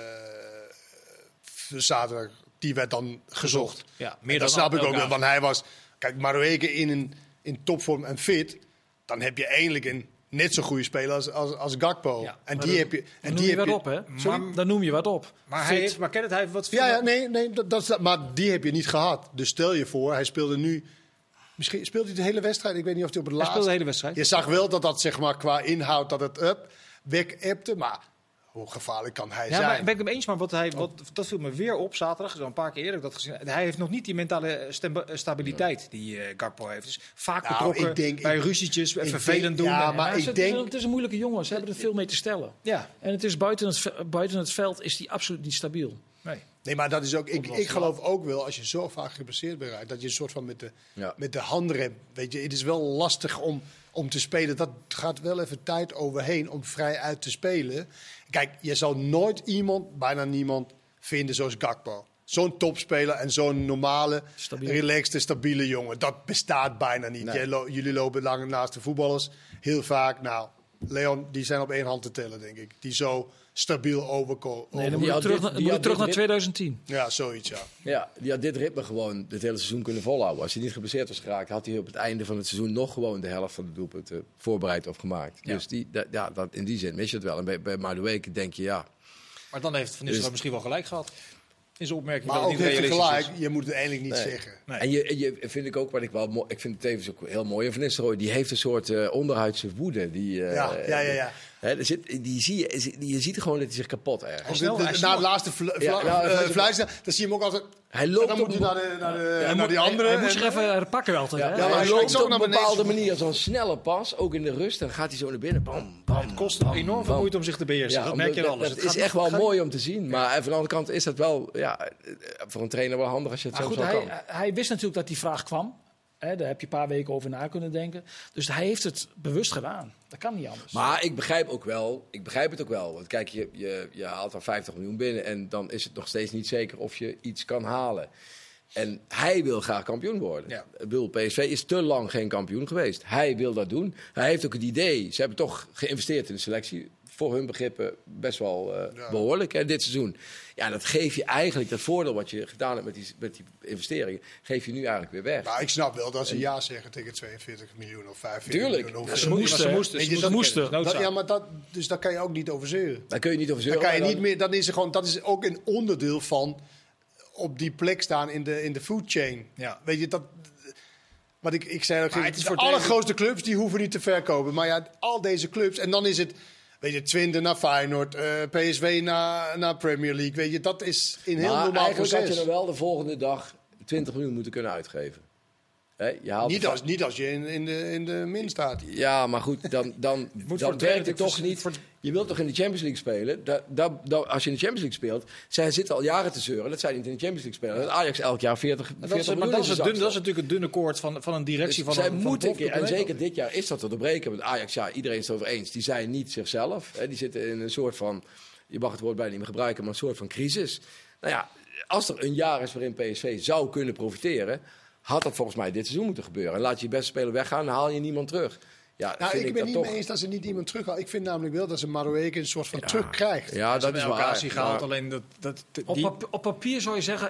uh, zaterdag. Die werd dan gezocht. gezocht. Ja, En meer dat dan snap ik elke ook wel, avond. want hij was... Kijk, Madueke in, een, in topvorm en fit, dan heb je eigenlijk een net zo goede speler als, als, als Gakpo. Ja, en maar die dat- heb je... En Dan noem die je heb wat je, op, hè? Sorry? Dan noem je wat op. Maar, hij Fit. heeft, maar Kenneth, hij heeft wat Ja, ja, nee, nee dat, dat is, maar die heb je niet gehad. Dus stel je voor, hij speelde nu... Misschien speelt hij de hele wedstrijd. Ik weet niet of hij op het Hij laatste... speelde de hele wedstrijd. Je zag wel dat dat zeg maar qua inhoud dat het up weg appte, maar hoe gevaarlijk kan hij Ja, zijn? maar ben ik het eens, maar wat hij, wat, dat viel me weer op zaterdag, zo een paar keer eerder dat gezien. Hij heeft nog niet die mentale stem- stabiliteit die uh, Gakpo heeft. Dus vaak Nou, betrokken ik denk- bij ik- ruzietjes, ik vervelend denk- doen. ja, En- maar Ja, ik het, denk- is, het is een moeilijke jongen. Ze hebben er veel mee te stellen. ja, En het is buiten het, ve- buiten het veld is hij absoluut niet stabiel. nee. Nee, maar dat is ook. Ik, Komt wel ik geloof ook wel, als je zo vaak geblesseerd bent, raakt, dat je een soort van met de, Ja. met de handrem. Weet je, het is wel lastig om, om te spelen. Dat gaat wel even tijd overheen om vrij uit te spelen. Kijk, je zal nooit iemand, bijna niemand, vinden zoals Gakpo. Zo'n topspeler en zo'n normale, Stabiel. relaxte, stabiele jongen. Dat bestaat bijna niet. Nee. Jij lo- jullie lopen lang naast de voetballers. Heel vaak. Nou, Leon, die zijn op één hand te tellen, denk ik. Die zo stabiel overkomen. Nee, dan Die moet je had terug, dit- naar- die moet je had terug dit naar rit- twintig tien. Ja, zoiets, ja. Ja, die had dit ritme gewoon het hele seizoen kunnen volhouden. Als hij niet geblesseerd was geraakt, had hij op het einde van het seizoen nog gewoon de helft van de doelpunten voorbereid of gemaakt. Ja. Dus die, da- ja, dat, in die zin mis je het wel. En bij, bij Madueke denk je, ja, Maar dan heeft Van Nistelrooy Dus- misschien wel gelijk gehad. In zijn opmerking Maar dat ook het niet heeft hij realistisch gelijk, is. je moet het eigenlijk niet Nee. zeggen. Nee. En je, en je vind ik ook wat ik wel mooi. Ik vind het tevens ook heel mooi. Van Nistelrooy, die heeft een soort eh, onderhuidse woede. Die, eh, Ja, ja, ja, ja. Hè, er zit, die zie je, je ziet gewoon dat hij zich kapot ergert. Als snel, de- de- hij na het snel. laatste vlu- Ja, vla- nou, eh, hij- fluisteren, dan zie je hem ook altijd. Hij En loopt dan op moet hij naar, de, naar, de, Hij naar moet- die hij- andere. Hij moet en- zich even herpakken altijd. Ja, hè? ja, maar maar hij hij kijkt loopt zo op naar een beneden. bepaalde manier, zo'n snelle pas, ook in de rust. Dan gaat hij zo naar binnen. Bam, bam, Het kost hem enorm veel bam. moeite om zich te beheersen. Ja, dat omdat- merk je wel dat, eens. dat is echt wel mooi om te zien. Maar van de andere kant is dat wel ja, eh, voor een trainer wel handig als je het Maar zo goed, zo kan. hij, hij wist natuurlijk dat die vraag kwam. Hè, daar heb je een paar weken over na kunnen denken. Dus hij heeft het bewust gedaan. Dat kan niet anders. Maar ik begrijp ook wel, ik begrijp het ook wel. Want kijk, je, je, je haalt dan vijftig miljoen binnen en dan is het nog steeds niet zeker of je iets kan halen. En hij wil graag kampioen worden. Ja. Ik bedoel, P S V is te lang geen kampioen geweest. Hij wil dat doen. Hij heeft ook het idee, ze hebben toch geïnvesteerd in de selectie. Voor hun begrippen best wel eh, Ja. behoorlijk hè, dit seizoen. Ja, dat geef je eigenlijk, dat voordeel wat je gedaan hebt met die, met die investeringen, geef je nu eigenlijk weer weg. Maar ik snap wel dat ze ja zeggen tegen tweeënveertig miljoen of vijfenveertig Tuurlijk. miljoen. Ja, Of ze zo. moesten. Ze hè? moesten. Weet Ze je, dat moesten. moesten. Noodzaak. Dat- ja, maar dat, dus daar kan je ook niet over zeuren. Daar kun je niet over Dan zeuren. kan je maar niet meer, dan is er gewoon, dat is ook een onderdeel van op die plek staan in de, in de food chain. Ja. Weet je, dat. Wat ik, ik zei ook, Maar het het is de voor het allergrootste clubs die hoeven niet te verkopen. Maar ja, al deze clubs. En dan is het, weet je, Twente naar Feyenoord, eh, P S V naar, naar Premier League. Weet je, dat is een heel maar normaal eigenlijk proces. had je er wel de volgende dag twintig miljoen moeten kunnen uitgeven. Hè, je haalt Niet de- als, niet als je in, in, de, in de min staat. Ja, maar goed, dan, dan, moet dan voor werkt trainen- het toch voor- niet. voor- Je wilt toch in de Champions League spelen? Da, da, da- als je in de Champions League speelt, zij zitten al jaren te zeuren dat zij niet in de Champions League spelen. Dat Ajax elk jaar veertig, Dat veertig is, maar miljoen dat in is, zijn het dun, zak dat is stopt. natuurlijk het dunne koord van, van een directie Dus van zij een van moeten een een keer, en profclub. zeker dit jaar is dat te doorbreken. Want Ajax, ja, iedereen is het over eens. Die zijn niet zichzelf. Hè, die zitten in een soort van, je mag het woord bijna niet meer gebruiken, maar een soort van crisis. Nou ja, als er een jaar is waarin P S V zou kunnen profiteren, had dat volgens mij dit seizoen moeten gebeuren. En laat je je beste speler weggaan, dan haal je niemand terug. Ja, Nou, vind ik ik ben dat niet toch. mee eens dat ze niet iemand terug Ik vind namelijk wel dat ze Maroueke een soort van terug krijgt. Ja, dat is elkaar waar. zien gehaald, Maar- alleen dat, dat, die, Op, pap- op papier zou je zeggen,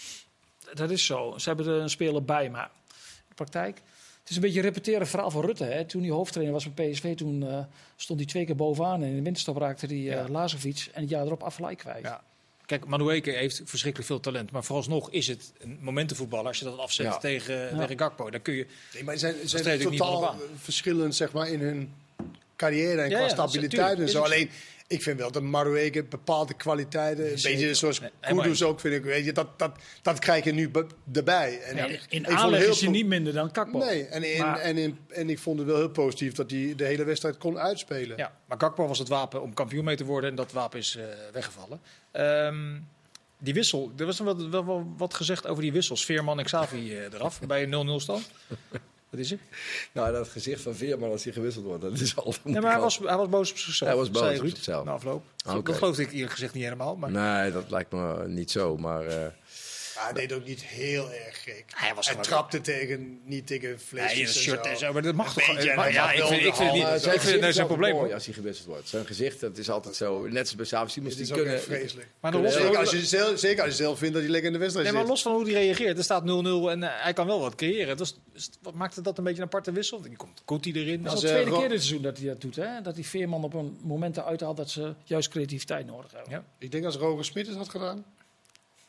dat is zo. Ze hebben er een speler bij, maar in de praktijk... Het is een beetje een repeterend verhaal van Rutte. Hè. Toen hij hoofdtrainer was van P S V, toen eh, stond hij twee keer bovenaan. En in de winterstop raakte hij uh, Ja. Lazovic en het jaar erop afgelijk kwijt. Ja. Kijk, Madueke heeft verschrikkelijk veel talent. Maar vooralsnog is het een momentenvoetballer. Als je dat afzet Ja. tegen, Ja. tegen Gakpo, dan kun je... Nee, maar ze zijn, ze treed zijn ik niet totaal van op aan. verschillend zeg maar, in hun carrière en Ja, qua ja, dat is- stabiliteit tuurlijk, en is zo. ook zo. Alleen, ik vind wel dat Maroueke bepaalde kwaliteiten, een Zeker. beetje zoals Nee, helemaal Kudus eens. ook, vind ik, weet je, dat, dat, dat krijg je nu be- erbij. En En ik- in ik vond aanleg heel is hij po- niet minder dan Kakpo. Nee, en, in, Maar- en, in, en ik vond het wel heel positief dat hij de hele wedstrijd kon uitspelen. Ja, maar Gakpo was het wapen om kampioen mee te worden. En dat wapen is eh, weggevallen. Ehm, die wissel, er was wel, wel, wel wat gezegd over die wissels. Veerman en Xavi eh, eraf bij een nul nul stand. Wat is er? Nou, dat gezicht van Veerman als hij gewisseld wordt, dat is altijd. Nee, maar hij was, hij was boos op zichzelf. Hij was boos zei op Ruud zichzelf. Na afloop. Oké. Dat geloofde ik eerlijk gezegd niet helemaal. Maar Nee, dat lijkt me niet zo. Maar eh, Maar hij deed ook niet heel erg gek. Hij was hij gewoon- trapte tegen, niet tegen flesjes nee, dat en shirt zo. en zo. Maar dat mag Een toch beetje, gewoon. en Maar hij ja, mag ik wel vind, ik de vind het hand- niet. zijn Ik vind het net gezicht zo'n is probleem. altijd mooi hoor. als hij gewisseld wordt. Zijn gezicht, dat is altijd zo. Net als bij Xavi Simons, Het die is ook kunnen. echt vreselijk. Maar dan Kunnen los, heel- Zeker als, je zelf, zeker als je zelf vindt dat hij lekker in de wedstrijd nee, maar zit. los van hoe hij reageert. Er staat nul nul en eh, hij kan wel wat creëren. Dat is, is- wat maakte dat een beetje een aparte wissel? Die komt Kuti erin. Dat Als, is de eh, tweede Ro- keer dit seizoen dat hij dat doet. Hè? Dat hij Veerman op een moment eruit haalt dat ze juist creativiteit nodig hebben. Ja. Ik denk als Roger Smit het had gedaan.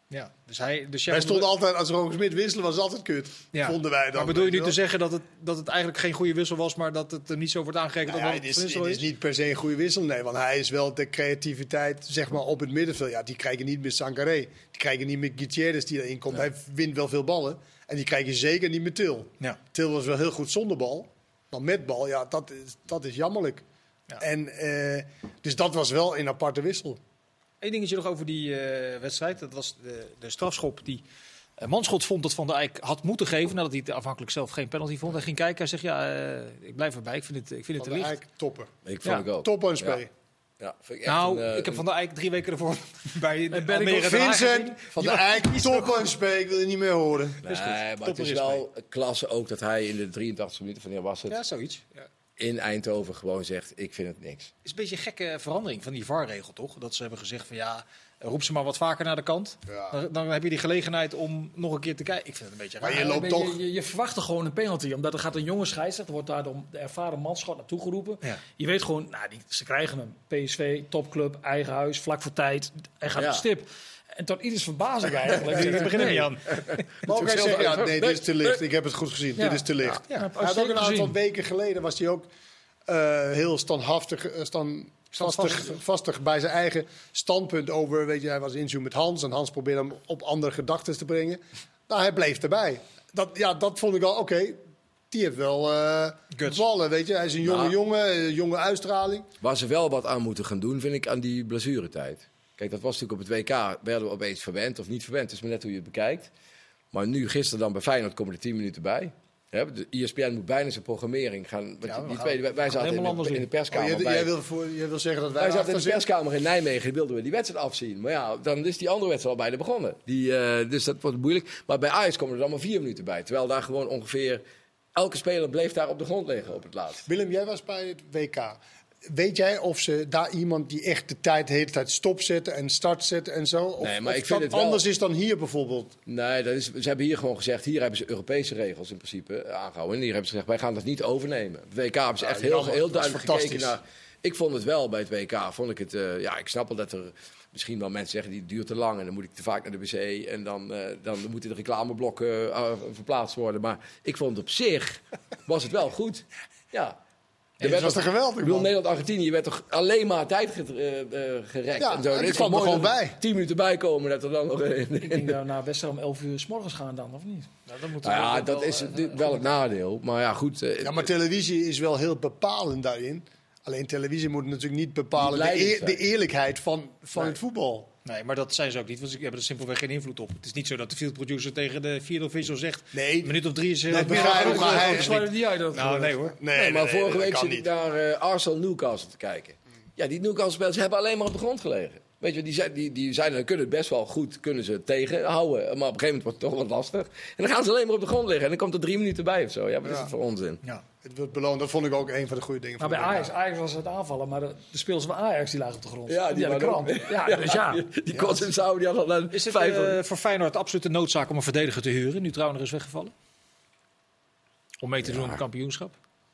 Ja, dus hij, dus jij Wij vond- stonden altijd, als Roger Smit wisselen, was het altijd kut. Ja. Vonden wij dan. Maar bedoel je nu weet te wel. zeggen dat het, dat het eigenlijk geen goede wissel was, maar dat het er niet zo wordt aangerekend? Nou ja, omdat het het is, een wissel het is niet per se een goede wissel, nee. Want hij is wel de creativiteit zeg maar, op het middenveld. Ja, die krijg je niet met Sangaré. Die krijg je niet met Gutierrez die erin komt. Ja. Hij wint wel veel ballen. En die krijg je zeker niet met Til. Ja. Til was wel heel goed zonder bal. Maar met bal, ja, dat is, dat is jammerlijk. Ja. En, eh, dus dat was wel een aparte wissel. Eén dingetje nog over die eh, wedstrijd. Dat was de, de strafschop die uh, Manschot vond dat Van der Eyck had moeten geven. Nadat hij het afhankelijk zelf geen penalty vond. Hij ging kijken. Hij zegt, ja, uh, ik blijf erbij. Ik vind het, ik vind het Van te der licht. Eyck, topper. Ik vond Ja, ik ook. Topper en spee. Ja. Ja, vind ik echt Nou, een, eh, ik heb Van der Eyck drie weken ervoor bij ben ik Almere ook Den Haag Vincent, gezien. Van Die der was Eyck, niet zo topper en spee. Ik wil je niet meer horen. Nee, is goed. maar het Topper is is wel klasse ook dat hij in de drieëntachtigste minuten, van wanneer was het, Ja, zoiets. Ja. in Eindhoven gewoon zegt, ik vind het niks. Het is een beetje een gekke verandering van die V A R-regel, toch? Dat ze hebben gezegd van ja, roep ze maar wat vaker naar de kant. Ja. Dan, dan heb je die gelegenheid om nog een keer te kijken. Ik vind het een beetje Maar raar. je loopt Maar toch- Je, je, je verwacht er gewoon een penalty. Omdat er gaat een jonge scheidsrechter, wordt daar de, de ervaren manschot naartoe geroepen. Ja. Je weet gewoon, nou, die, ze krijgen hem. P S V, topclub, eigen huis, vlak voor tijd. Hij gaat Ja. op stip. En tot ieders verbazing eigenlijk. Ik begin er niet aan. Maar ook hij zegt, ja, nee, dit is te licht. Ik heb het goed gezien. Ja. Dit is te licht. Ja, Hij had ook een aantal gezien. weken geleden was hij ook eh, heel standhaftig, eh, stand, vastig, Standvastig. vastig bij zijn eigen standpunt over. Weet je, hij was in zoom met Hans en Hans probeerde hem op andere gedachten te brengen. Nou, hij bleef erbij. Dat, ja, dat vond ik al oké. Die heeft wel eh Guts. ballen, weet je. Hij is een jonge Nou. jongen, eh, jonge uitstraling. Waar ze wel wat aan moeten gaan doen, vind ik, aan die blessuretijd. Kijk, dat was natuurlijk op het W K, werden we opeens verwend of niet verwend. Het is maar net hoe je het bekijkt. Maar nu, gisteren dan bij Feyenoord, komen er tien minuten bij. Hè, de E S P N moet bijna zijn programmering gaan. Want Ja, we die gaan- twee, wij, wij zaten helemaal in anders de, in de in. Oh, perskamer. jij, bij- jij, wil voor, jij wil zeggen dat wij, wij zaten in erachter de zitten? perskamer in Nijmegen, die wilden we die wedstrijd afzien. Maar ja, dan is die andere wedstrijd al bijna begonnen. Die, eh, dus dat wordt moeilijk. Maar bij Ajax komen er dan maar vier minuten bij. Terwijl daar gewoon ongeveer elke speler bleef daar op de grond liggen op het laatst. Willem, jij was bij het W K. Weet jij of ze daar iemand die echt de tijd de hele tijd stopzetten en start zetten en zo? Of, Nee, maar of ik vind dat het wel- anders is dan hier bijvoorbeeld? Nee, dat is, ze hebben hier gewoon gezegd, hier hebben ze Europese regels in principe eh, aangehouden. En hier hebben ze gezegd, wij gaan dat niet overnemen. Het W K hebben ze Ja, echt heel, jammer. heel Dat is duidelijk gekeken fantastisch. naar... Ik vond het wel bij het W K, vond ik het... eh, ja, ik snap wel dat er misschien wel mensen zeggen, die duurt te lang en dan moet ik te vaak naar de wc en dan, eh, dan moeten de reclameblokken eh, verplaatst worden. Maar ik vond op zich, was het wel goed. Ja. Het was toch- toch geweldig, Ik bedoel, man? Nederland-Argentinië werd toch alleen maar tijd ge- eh, eh, gerekt. Ja, en zo. en Het die is kwam toch er mooi gewoon dat er bij. tien minuten bij komen dat er dan nog... eh, Ik denk dat we naar wedstrijd om elf uur 's morgens gaan dan, of niet? Nou, dan moet Nou ja, wel- dat wel, is eh, dit wel het nadeel. Maar ja, goed. eh, Ja, maar televisie is wel heel bepalend daarin. Alleen televisie moet natuurlijk niet bepalen Niet de, leidend eer- zijn. de eerlijkheid van, van Nee. het voetbal. Nee, maar dat zijn ze ook niet, want ze hebben er simpelweg geen invloed op. Het is niet zo dat de field producer tegen de vierde official zegt... Nee. Een minuut of drie is heel Nee, erg meer begrijp dan ik, genoeg. maar hij- Ik sluit het niet uit. Dat, Nou, nee hoor. Nee, nee, maar nee, vorige dat week kan zit ik niet. naar eh, Arsenal-Newcastle te kijken. Ja, die Newcastle-spelers hebben alleen maar op de grond gelegen. Weet je, die zijn, die, die zijn, dan kunnen het best wel goed kunnen ze tegenhouden. Maar op een gegeven moment wordt het toch wat lastig. En dan gaan ze alleen maar op de grond liggen. En dan komt er drie minuten bij of zo. Ja, wat is Ja. het voor onzin? Ja. Het wordt beloond. Dat vond ik ook een van de goede dingen. Maar van bij de Ajax, W K. Ajax was het aanvallen, maar de, de spelers van Ajax die lagen op de grond. Ja, die die hadden waren krant. ook- Ja, dus ja. Die, die kots in Saudi die hadden dan Is het vijf... eh, voor Feyenoord absoluut een noodzaak om een verdediger te huren, nu Trauner is weggevallen? Om mee te doen aan het kampioenschap?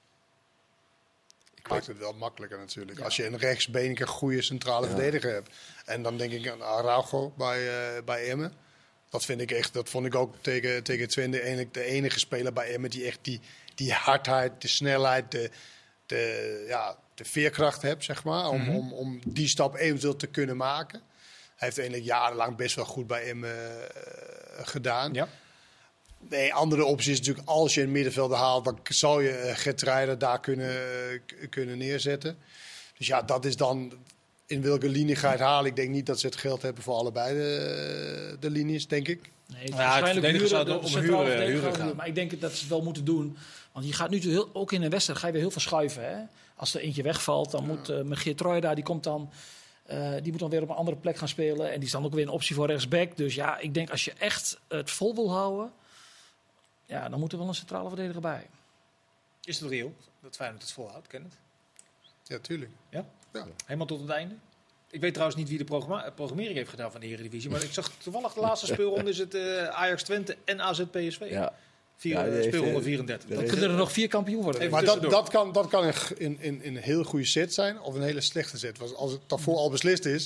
Maakt het wel makkelijker natuurlijk. Als je een rechtsbenige goede centrale verdediger hebt. En dan denk ik aan Araujo bij, eh, bij Emmen. Dat vind ik echt, dat vond ik ook tegen, tegen Twente eigenlijk de enige speler bij Emmen die echt die, die hardheid, de snelheid, de, de, ja, de veerkracht hebt, zeg maar. Om, om, om die stap eventueel te kunnen maken. Hij heeft eigenlijk jarenlang best wel goed bij Emmen eh, gedaan. Ja. Nee, andere optie is natuurlijk als je een middenvelder haalt, dan zou je uh, Geertruida daar kunnen, eh, k- kunnen neerzetten. Dus ja, dat is dan in welke linie ga je het halen. Ik denk niet dat ze het geld hebben voor allebei de, de linies, denk ik. Nee, het waarschijnlijk verdedigen huren, zou de om een centrale huren- verdediger huren gaan gaan. doen. Maar ik denk dat ze het wel moeten doen. Want je gaat nu heel, ook in een wedstrijd ga je weer heel veel schuiven. Hè? Als er eentje wegvalt, dan moet uh, Geertruida, die komt dan... Uh, die moet dan weer op een andere plek gaan spelen. En die is dan ook weer een optie voor rechtsback. Dus ja, ik denk als je echt het vol wil houden... Ja, dan moet er wel een centrale verdediger bij. Is het reëel dat Feyenoord het volhoudt, ken het? Ja, tuurlijk. Ja? Ja. Helemaal tot het einde? Ik weet trouwens niet wie de programma- programmering heeft gedaan van de Eredivisie. Maar ik zag toevallig de laatste speelronde is het uh, Ajax Twente en A Z P S V. Ja. Vier, Ja, die heeft, speelronde uh, vierendertig. Dan is- kunnen er nog vier kampioen worden. Even Maar dat, tussendoor. dat kan, dat kan in, in, in een heel goede set zijn of een hele slechte set. Want als het daarvoor al beslist is,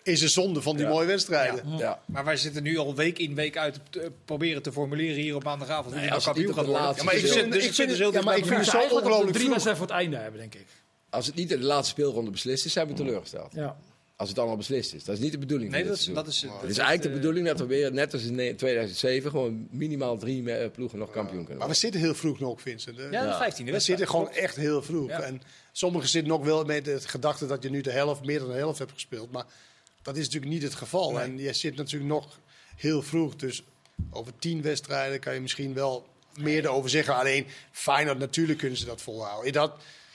is een zonde van die Ja. mooie wedstrijden. Ja. Ja. Maar wij zitten nu al week in, week uit te proberen te formuleren hier op maandagavond. Hoe Nee, die nou als het niet kampioen op gaat de worden. laatste Ja, maar ik speel- zit, dus ik ik vind zit dus het- heel ja, maar dicht ik bij vind elkaar. het zo eigenlijk dat we ongelooflijk drie vroeg. wedstrijden voor het einde hebben, denk ik. Als het niet in de laatste speelronde beslist is, zijn we teleurgesteld. Ja. Als het dan al beslist is. Dat is niet de bedoeling Nee, van dat dit is, seizoen. dat is, dat Het is is eigenlijk de eh, bedoeling dat we weer, net als in tweeduizend zeven, gewoon minimaal drie eh, ploegen nog kampioen kunnen Maar we worden. zitten heel vroeg nog, Vincent. hè. Ja, de Ja. vijftiende We wedstrijd. zitten gewoon klopt. echt heel vroeg. Ja. En sommigen zitten nog wel met het gedachte dat je nu de helft, meer dan de helft hebt gespeeld. Maar dat is natuurlijk niet het geval. Nee. En je zit natuurlijk nog heel vroeg. Dus over tien wedstrijden kan je misschien wel meer erover zeggen. Alleen Feyenoord, natuurlijk kunnen ze dat volhouden. Dat,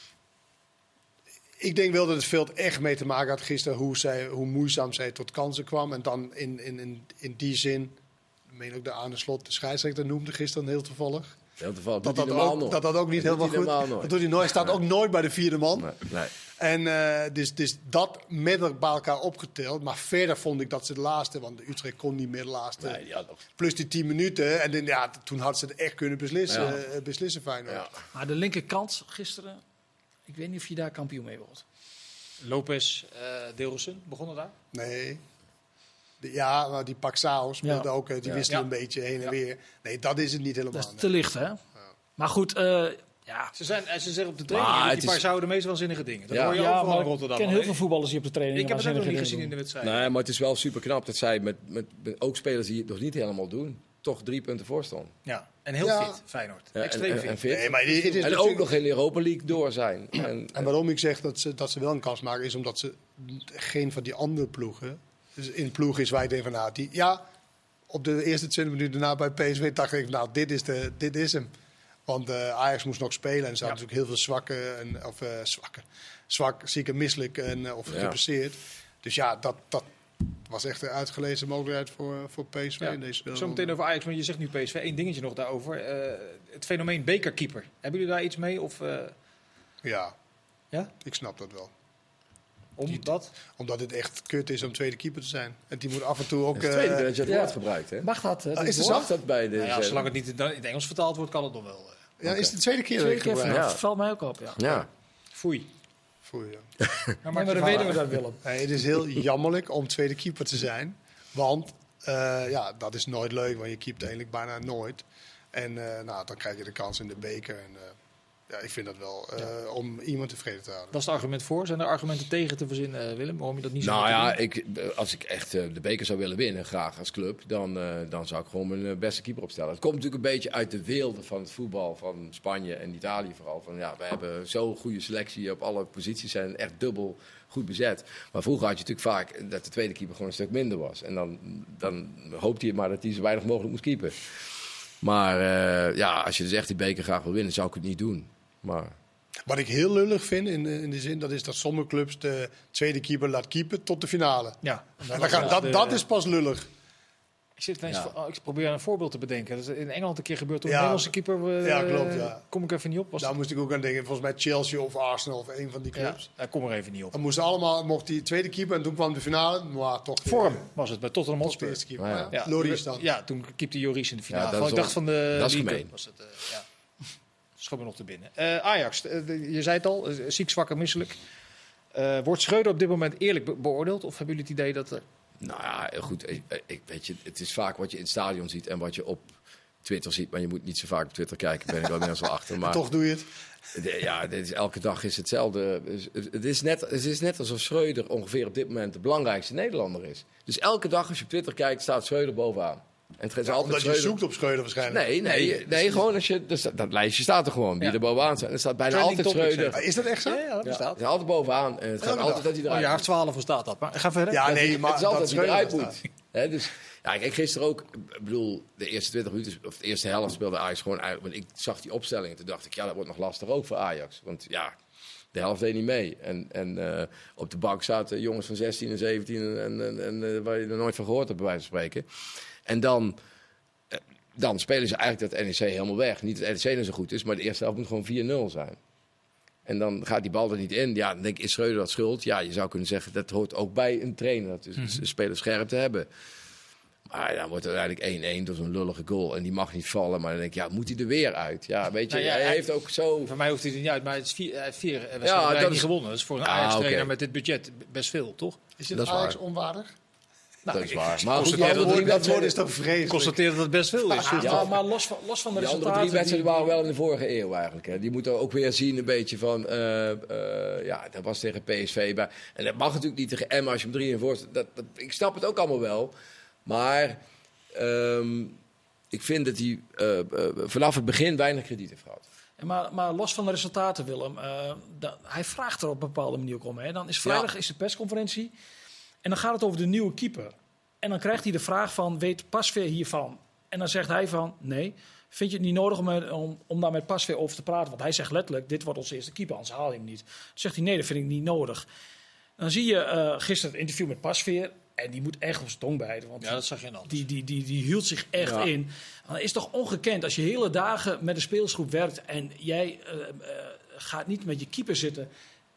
ik denk wel dat het veld echt mee te maken had gisteren hoe, zij, hoe moeizaam zij tot kansen kwam. En dan in, in, in, in die zin, ik meen ook de Arne Slot, de scheidsrechter noemde gisteren heel toevallig. Heel toevallig. Dat Doet dat, hij normaal ook, nog. dat dat ook niet Dat doet helemaal hij goed. normaal nooit. Dat doet hij nooit. Hij staat ook nooit bij de vierde man. Nee, nee. En eh, dus, dus dat met el- bij elkaar opgeteld. Maar verder vond ik dat ze de laatste, want de Utrecht kon niet meer de laatste. Nee, die had nog. Plus die tien minuten. En dan, ja, toen hadden ze het echt kunnen beslissen. Ja. eh, beslissen Feyenoord. Ja. Maar de linkerkant gisteren, ik weet niet of je daar kampioen mee wordt. Lopez, uh, Deelrussen begonnen daar. Nee. De- ja, maar die Paxao speelde Ja. ook. eh, Die Ja. wisselde Ja. een beetje heen en Ja. weer. Nee, dat is het niet Dat helemaal. is te licht, hè? Maar goed, eh, ja. Ze, zijn, en ze zeggen op de training, Maar die het is- paar zouden de meest waanzinnige dingen. Dat Ja. hoor je Ja, overal maar in ik Rotterdam. ken heel hè? veel voetballers die op de training Ik heb het ook nog niet waanzinnige gezien in de dingen wedstrijd. Nee, maar het is wel super knap dat zij met, met, met ook spelers die het nog niet helemaal doen, toch drie punten voorstand. Ja, en heel Ja. fit, Feyenoord. Ja, en, Extreem en, fit. en fit. Nee, maar het is en ook natuurlijk- nog in de Europa League door zijn. En, En waarom ik zeg dat ze, dat ze wel een kans maken, is omdat ze geen van die andere ploegen. Dus in ploeg is waar ik denk van nou, die, ja, op de eerste twintig minuten daarna bij P S V dacht ik, nou, dit is, de, dit is hem. Want eh, Ajax moest nog spelen en ze hadden Ja. natuurlijk heel veel zwakke, en, of eh, zwakke, zwak, ziek en misselijk en, eh, of Ja. gepasseerd. Dus ja, dat, dat was echt een uitgelezen mogelijkheid voor, voor P S V Ja. in deze speelronde. Zometeen over Ajax, maar je zegt nu P S V. Eén dingetje nog daarover. Eh, het fenomeen bekerkeeper. Hebben jullie daar iets mee? Of, eh, Ja, ja? ik snap dat wel. Omdat? Omdat het echt kut is om tweede keeper te zijn. En die moet af en toe ook... het is de tweede eh, keer dat je het ja. woord gebruikt, hè? Mag dat? hè? Ah, is het Woord? zo? Mag dat bij de Nou ja, zender? zolang het niet in het Engels vertaald wordt, kan het nog wel. eh. ja, is het de tweede keer dat Twee ik keer gebruik? vanaf. Ja. Valt mij ook op, ja. Ja. Foei. Voor je. Maar, Nee, maak maar je dan verhaal weten we af. dat, Willem. Nee, het is heel jammerlijk om tweede keeper te zijn. Want eh, ja, dat is nooit leuk, want je keept eigenlijk bijna nooit. En eh, nou, dan krijg je de kans in de beker. En, eh, ja, ik vind dat wel eh, om iemand tevreden te houden. Dat is het argument voor. Zijn er argumenten tegen te verzinnen, eh, Willem? Waarom je dat niet zou Nou moeten ja, doen? ik, als ik echt eh, de beker zou willen winnen, graag als club, dan, eh, dan zou ik gewoon mijn eh, beste keeper opstellen. Het komt natuurlijk een beetje uit de weelde van het voetbal van Spanje en Italië vooral. Van, ja, we hebben zo'n goede selectie op alle posities, zijn echt dubbel goed bezet. Maar vroeger had je natuurlijk vaak dat de tweede keeper gewoon een stuk minder was. En dan, dan hoopte je maar dat hij zo weinig mogelijk moest keepen. Maar eh, ja, als je dus echt die beker graag wil winnen, zou ik het niet doen. Maar Wat ik heel lullig vind in, in de zin, dat is dat sommige clubs de tweede keeper laat keepen tot de finale. Ja. En dan gaat, dat, dat is pas lullig. Ik, zit ineens Ja. voor- oh, ik probeer een voorbeeld te bedenken. Dat is in Engeland een keer gebeurd toen Ja. een Nederlandse keeper... eh, Ja, klopt, ja. Kom ik even niet op. Was Daar dat- moest ik ook aan denken. Volgens mij Chelsea of Arsenal of een van die ja, clubs. daar kom er even niet op. Dan moesten allemaal, mocht die tweede keeper en toen kwam de finale. Maar toch de- Vorm was het bij Tottenham toch de Hotspur. eerste keeper. Oh, ja. Ja. Loris dan. Ja, toen keepte Joris in de finale. Ja, dat Van- is ik dacht wel- van de dat is League gemeen. Cup was het. eh, ja. Schoot me nog te binnen. Eh, Ajax, eh, de- je zei het al, eh, ziek, zwak en misselijk. Eh, wordt Schreuder op dit moment eerlijk be- beoordeeld? Of hebben jullie het idee dat... eh, nou ja, goed. Ik, ik, weet je, het is vaak wat je in het stadion ziet en wat je op Twitter ziet. Maar je moet niet zo vaak op Twitter kijken, ben ik wel inmiddels wel achter. Maar Toch doe je het. de- ja, dit is, elke dag is hetzelfde. Het- Het is, net, het is net alsof Schreuder ongeveer op dit moment de belangrijkste Nederlander is. Dus elke dag als je op Twitter kijkt, staat Schreuder bovenaan. En het is Ja, altijd omdat je Schreuder. zoekt op Schreuder waarschijnlijk. Nee, nee, nee, gewoon als je... Dus dat, dat lijstje staat er gewoon, wie Ja. er bovenaan staat. Er staat bijna Trending altijd topics, Schreuder. Maar is dat echt zo? Ja, ja, dat Ja, bestaat. het is altijd bovenaan. En het gaat Elke altijd dag. dat hij Oh, eruit ja, moet. half twaalf staat dat. Maar ga verder. Ja, Dat nee, is- maar het is altijd dat wie eruit Schreuder moet. Hè, dus, ja, kijk, gisteren ook, ik bedoel, de eerste twintig minuten, of de eerste helft speelde Ajax gewoon uit. Want ik zag die opstelling en toen dacht ik, ja, dat wordt nog lastig ook voor Ajax. Want ja, de helft deed niet mee. En, en uh, op de bank zaten jongens van zestien en zeventien en, en, en uh, waar je er nooit van gehoord hebt, bij wijze van spreken. En dan... Uh, dan spelen ze eigenlijk dat N E C helemaal weg. Niet dat N E C nou zo goed is, maar de eerste helft moet gewoon vier nul zijn. En dan gaat die bal er niet in. Ja, dan denk ik, is Schreuder dat schuld? Ja, je zou kunnen zeggen, dat hoort ook bij een trainer. Dat is Mm-hmm. een speler scherp te hebben. Maar dan wordt het uiteindelijk één-één door zo'n lullige goal. En die mag niet vallen. Maar dan denk ik, ja, moet hij er weer uit? Ja, weet je, Nou ja, hij, hij- heeft ook zo... Voor mij hoeft hij er niet uit, maar het is vier, hij heeft vier wedstrijden Ja, ja, dat niet is- gewonnen. Dat is voor een Ah, Ajax-trainer oké. met dit budget best veel, toch? Is dit Dat is Ajax waar. onwaardig? dat is waar. Maar goed, constateer die dat andere drie het- Dat woord is wedstrijden, toch vreselijk? Constateer dat het best veel is. Ja, Ja. maar, maar los, van, los van de die andere resultaten... drie wedstrijden die- waren wel in de vorige eeuw eigenlijk. Hè. Die moeten ook weer zien een beetje van... eh, eh, ja, dat was tegen P S V. Bij. En dat mag natuurlijk niet tegen Emma als je hem drie in voor... Dat, dat, ik snap het ook allemaal wel. Maar... ehm, ik vind dat hij uh, uh, vanaf het begin weinig krediet heeft gehad. Ja, maar, maar los van de resultaten, Willem. Uh, da, hij vraagt er op een bepaalde manier ook om. Hè. Dan is vrijdag Ja. is de persconferentie. En dan gaat het over de nieuwe keeper. En dan krijgt hij de vraag van, weet Pasveer hiervan? En dan zegt hij van, nee. Vind je het niet nodig om, om, om daar met Pasveer over te praten? Want hij zegt letterlijk, dit wordt onze eerste keeper, anders haal je hem niet. Dan zegt hij, nee, dat vind ik niet nodig. Dan zie je uh, gisteren het interview met Pasveer. En die moet echt op zijn tong bijten. Want Ja, dat zag je dan. die, die, die, die hield zich echt Ja. in. Het is toch ongekend als je hele dagen met een speelsgroep werkt en jij uh, uh, gaat niet met je keeper zitten.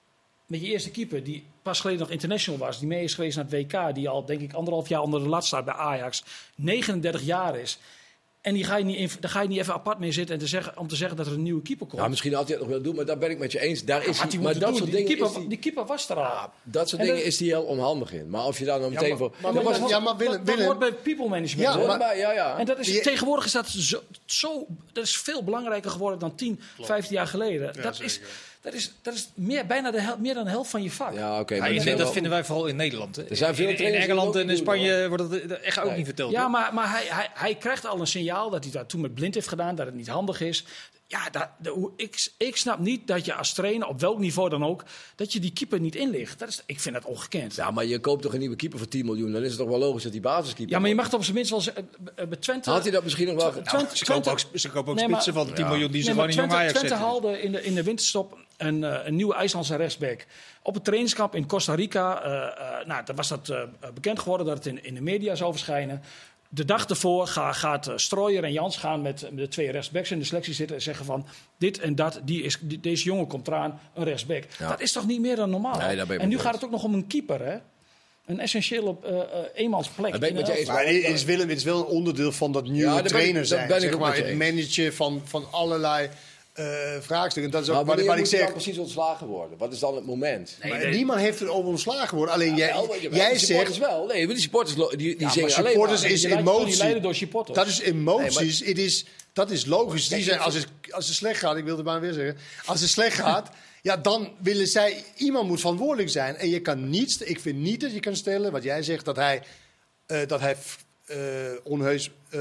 Met je eerste keeper, die pas geleden nog international was, die mee is geweest naar het W K, die al denk ik anderhalf jaar onder de lat staat bij Ajax, negenendertig jaar is. En die ga je niet in, daar ga je niet even apart mee zitten en te zeggen, om te zeggen dat er een nieuwe keeper komt. Ja, misschien had hij het nog wel doen, maar daar ben ik met je eens. Daar is Had hij, hij maar moeten dat doen. soort Die dingen keeper, is hij, die keeper was er al. ja, dat soort En dingen dat- is hij heel onhandig in. Maar of je daar dan meteen maar- voor... maar- Dat was- maar- ja, maar Willem- dat, dat Willem- hoort bij people management. Ja, hoor. maar- maar, ja, ja. En dat is, Je- tegenwoordig is dat zo, zo, dat is veel belangrijker geworden dan tien, vijftien jaar geleden. dat, is, dat is, dat is meer, bijna de hel, meer dan de helft van je vak. Ja, oké. Ja, maar in- er zijn dat wel- vinden wij vooral in Nederland. Hè. Er zijn veel in, in trainers die Engeland dat en ook in doen, Spanje wordt dat echt ook Nee. niet verteld. Ja, hè. maar, maar hij, hij, hij krijgt al een signaal dat hij dat toen met Blind heeft gedaan, dat het niet handig is. Ja, dat, de, hoe- ik, ik snap niet dat je als trainer, op welk niveau dan ook, dat je die keeper niet inlicht. Dat is, ik vind dat ongekend. Ja, Ja, maar je koopt toch een nieuwe keeper voor tien miljoen? Dan is het toch wel logisch dat die basiskeeper... maar je mag toch op zijn minst wel zeggen, eh, eh, bij Twente... Had hij dat misschien nog wel... Tw- Nou, Twente- ze kopen ook, Twente- ze kopen ook Nee, maar- spitsen van tien Ja. miljoen die ze Nee, maar gewoon in jong Twente, Ajax Twente zetten. haalde in de, in de winterstop een, uh, een nieuwe IJslandse rechtsback. Op het trainingskamp in Costa Rica uh, uh, nou, dan was dat uh, bekend geworden dat het in, in de media zou verschijnen. De dag ervoor ga, gaat uh, Strooijer en Jans gaan met, met de twee rechtsbacks in de selectie zitten en zeggen van dit en dat, die is, die, deze jongen komt eraan, een rechtsback. Ja. Dat is toch niet meer dan normaal? Nee, daar ben ik en nu met gaat je het ook nog om een keeper, hè? Een essentiële uh, uh, eenmansplek. Daar ben ik in met de je eens. elftal. Maar het is, Willem, het is wel een onderdeel van dat nieuwe Ja, daar ben ik- trainer dat zijn. ben ik zeg ook maar, met je het eens. managen van, van allerlei eh, vraagstukken. En dat is ook Maar wat, wanneer wat ik moet hij dan zeg. precies ontslagen worden? Wat is dan het moment? Nee, Maar nee. niemand heeft er over ontslagen worden. Alleen jij, Wel, jawel, jij de supporters zegt. wel. Nee, maar die supporters lo- die, die Ja, zingen maar alleen supporters maar. is Je laat je toch niet emotie. leiden door supporters. Dat is emoties. Het is, dat is logisch. Die Kijk, zijn, ik als, het, als het slecht gaat, ik wilde het maar weer zeggen. Als het slecht gaat, ja, dan willen zij. Iemand moet verantwoordelijk zijn. En je kan niet. Ik vind niet dat je kan stellen. Wat jij zegt, dat hij. Uh, dat hij uh, onheus uh,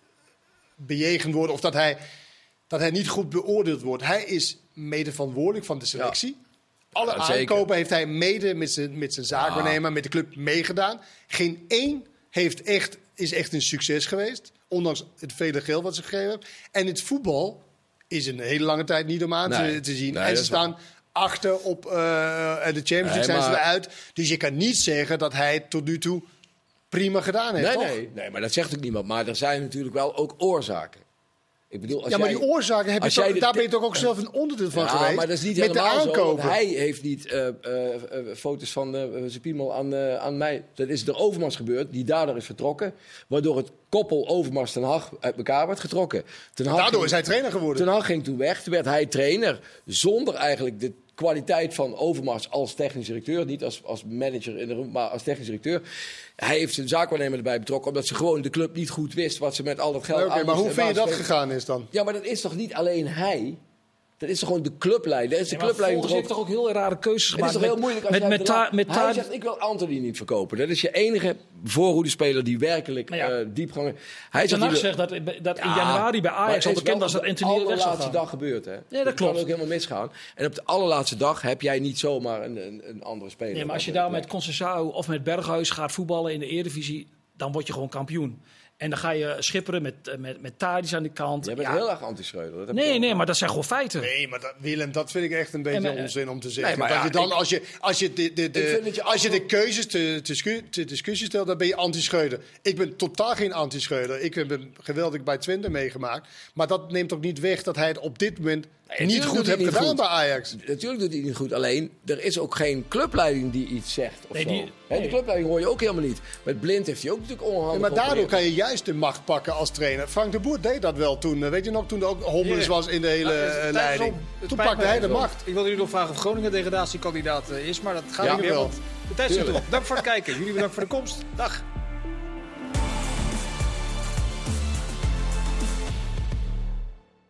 bejegend wordt. Of dat hij, dat hij niet goed beoordeeld wordt. Hij is mede verantwoordelijk van de selectie. Alle Ja, zeker. aankopen heeft hij mede met zijn, met zijn zaakwaarnemer, met de club meegedaan. Geen één heeft echt, is echt een succes geweest. Ondanks het vele geld wat ze gegeven hebben. En het voetbal is een hele lange tijd niet om aan Nee. te, te zien. Nee, en dat ze is staan achter op uh, de Champions League Nee, zijn ze maar- eruit. Dus je kan niet zeggen dat hij het tot nu toe prima gedaan heeft, Nee, toch? nee, nee, maar dat zegt ook niemand. Maar er zijn natuurlijk wel ook oorzaken. Ik bedoel, als Ja, maar jij- die oorzaken, heb je als toch, jij de- daar ben je toch ook zelf een onderdeel van Ja, geweest? maar dat is niet met de helemaal zo. want aankopen. Hij heeft niet eh, eh, eh, foto's van uh, zijn piemel aan, uh, aan mij. Dat is de Overmars gebeurd, die daardoor is vertrokken. Waardoor het koppel Overmars Ten Hag uit elkaar werd getrokken. Ten Hag Daardoor ging- is hij trainer geworden. Ten Hag ging toen weg, toen werd hij trainer. Zonder eigenlijk de kwaliteit van Overmars als technisch directeur. Niet als, als manager, in de, room, maar als technisch directeur. Hij heeft zijn zaakwaarnemer erbij betrokken. Omdat ze gewoon de club niet goed wist wat ze met al dat geld Oké, aan maar hoe moesten vind je en dat waar ze- gegaan is dan? Ja, maar dat is toch niet alleen hij? Dat is toch gewoon de clubleider? Dat is de Ja, maar clubleider Volgens heeft toch ook heel rare keuzes Het is gemaakt. toch heel met- moeilijk als met, jij met, de ta- la- met Hij ta- zegt, ik wil Anthony niet verkopen. Dat is je enige voorhoedespeler die werkelijk Nou ja. eh, diepgang... Hij Ten die Hag wil- zegt dat, dat in Ja, januari bij maar Ajax al het is bekend was wel dat op de Anthony weg zou allerlaatste gaan. dag gebeurd, hè? dat kan klopt. ook helemaal misgaan. En op de allerlaatste dag heb jij niet zomaar een, een, een andere speler. Nee, maar als je op daar de met plek. Conceição of met Berghuis gaat voetballen in de Eredivisie, dan word je gewoon kampioen. En dan ga je schipperen met, met, met Tadic aan die kant. Jij bent Ja. heel erg anti-Schreuder. Dat heb ik Nee, ook. nee, maar dat zijn gewoon feiten. Nee, maar dat, Willem, dat vind ik echt een beetje En, maar, onzin om te zeggen. nee, maar dat ja, je dan, ik- als je, als je, de, de, Ik vind de, dat je als je de afgelopen- keuzes te, te, scu- te discussie stelt, dan ben je anti-Schreuder. Ik ben totaal geen anti-Schreuder. Ik heb hem geweldig bij Twente meegemaakt. Maar dat neemt ook niet weg dat hij het op dit moment Nee, niet natuurlijk goed doet hij heeft niet gedaan goed. bij Ajax. Natuurlijk doet hij het niet goed. Alleen, er is ook geen clubleiding die iets zegt of Nee, zo. die- Hè, nee. Die clubleiding hoor je ook helemaal niet. Met Blind heeft hij ook natuurlijk onhandig Ja, maar daardoor geopereerd. kan je juist de macht pakken als trainer. Frank de Boer deed dat wel toen. eh, Weet je nog, toen er ook hommeles Ja. was in de hele Nou, het- eh, het leiding. tijd is om. Het Toen spijt pakte me. hij de macht. Ik wilde jullie nog vragen of Groningen degradatiekandidaat eh, is, maar dat gaat Ja, niet meer. wel. Want de tijd zit Tuurlijk. erop. Dank voor het kijken. Jullie bedankt voor de komst. Dag.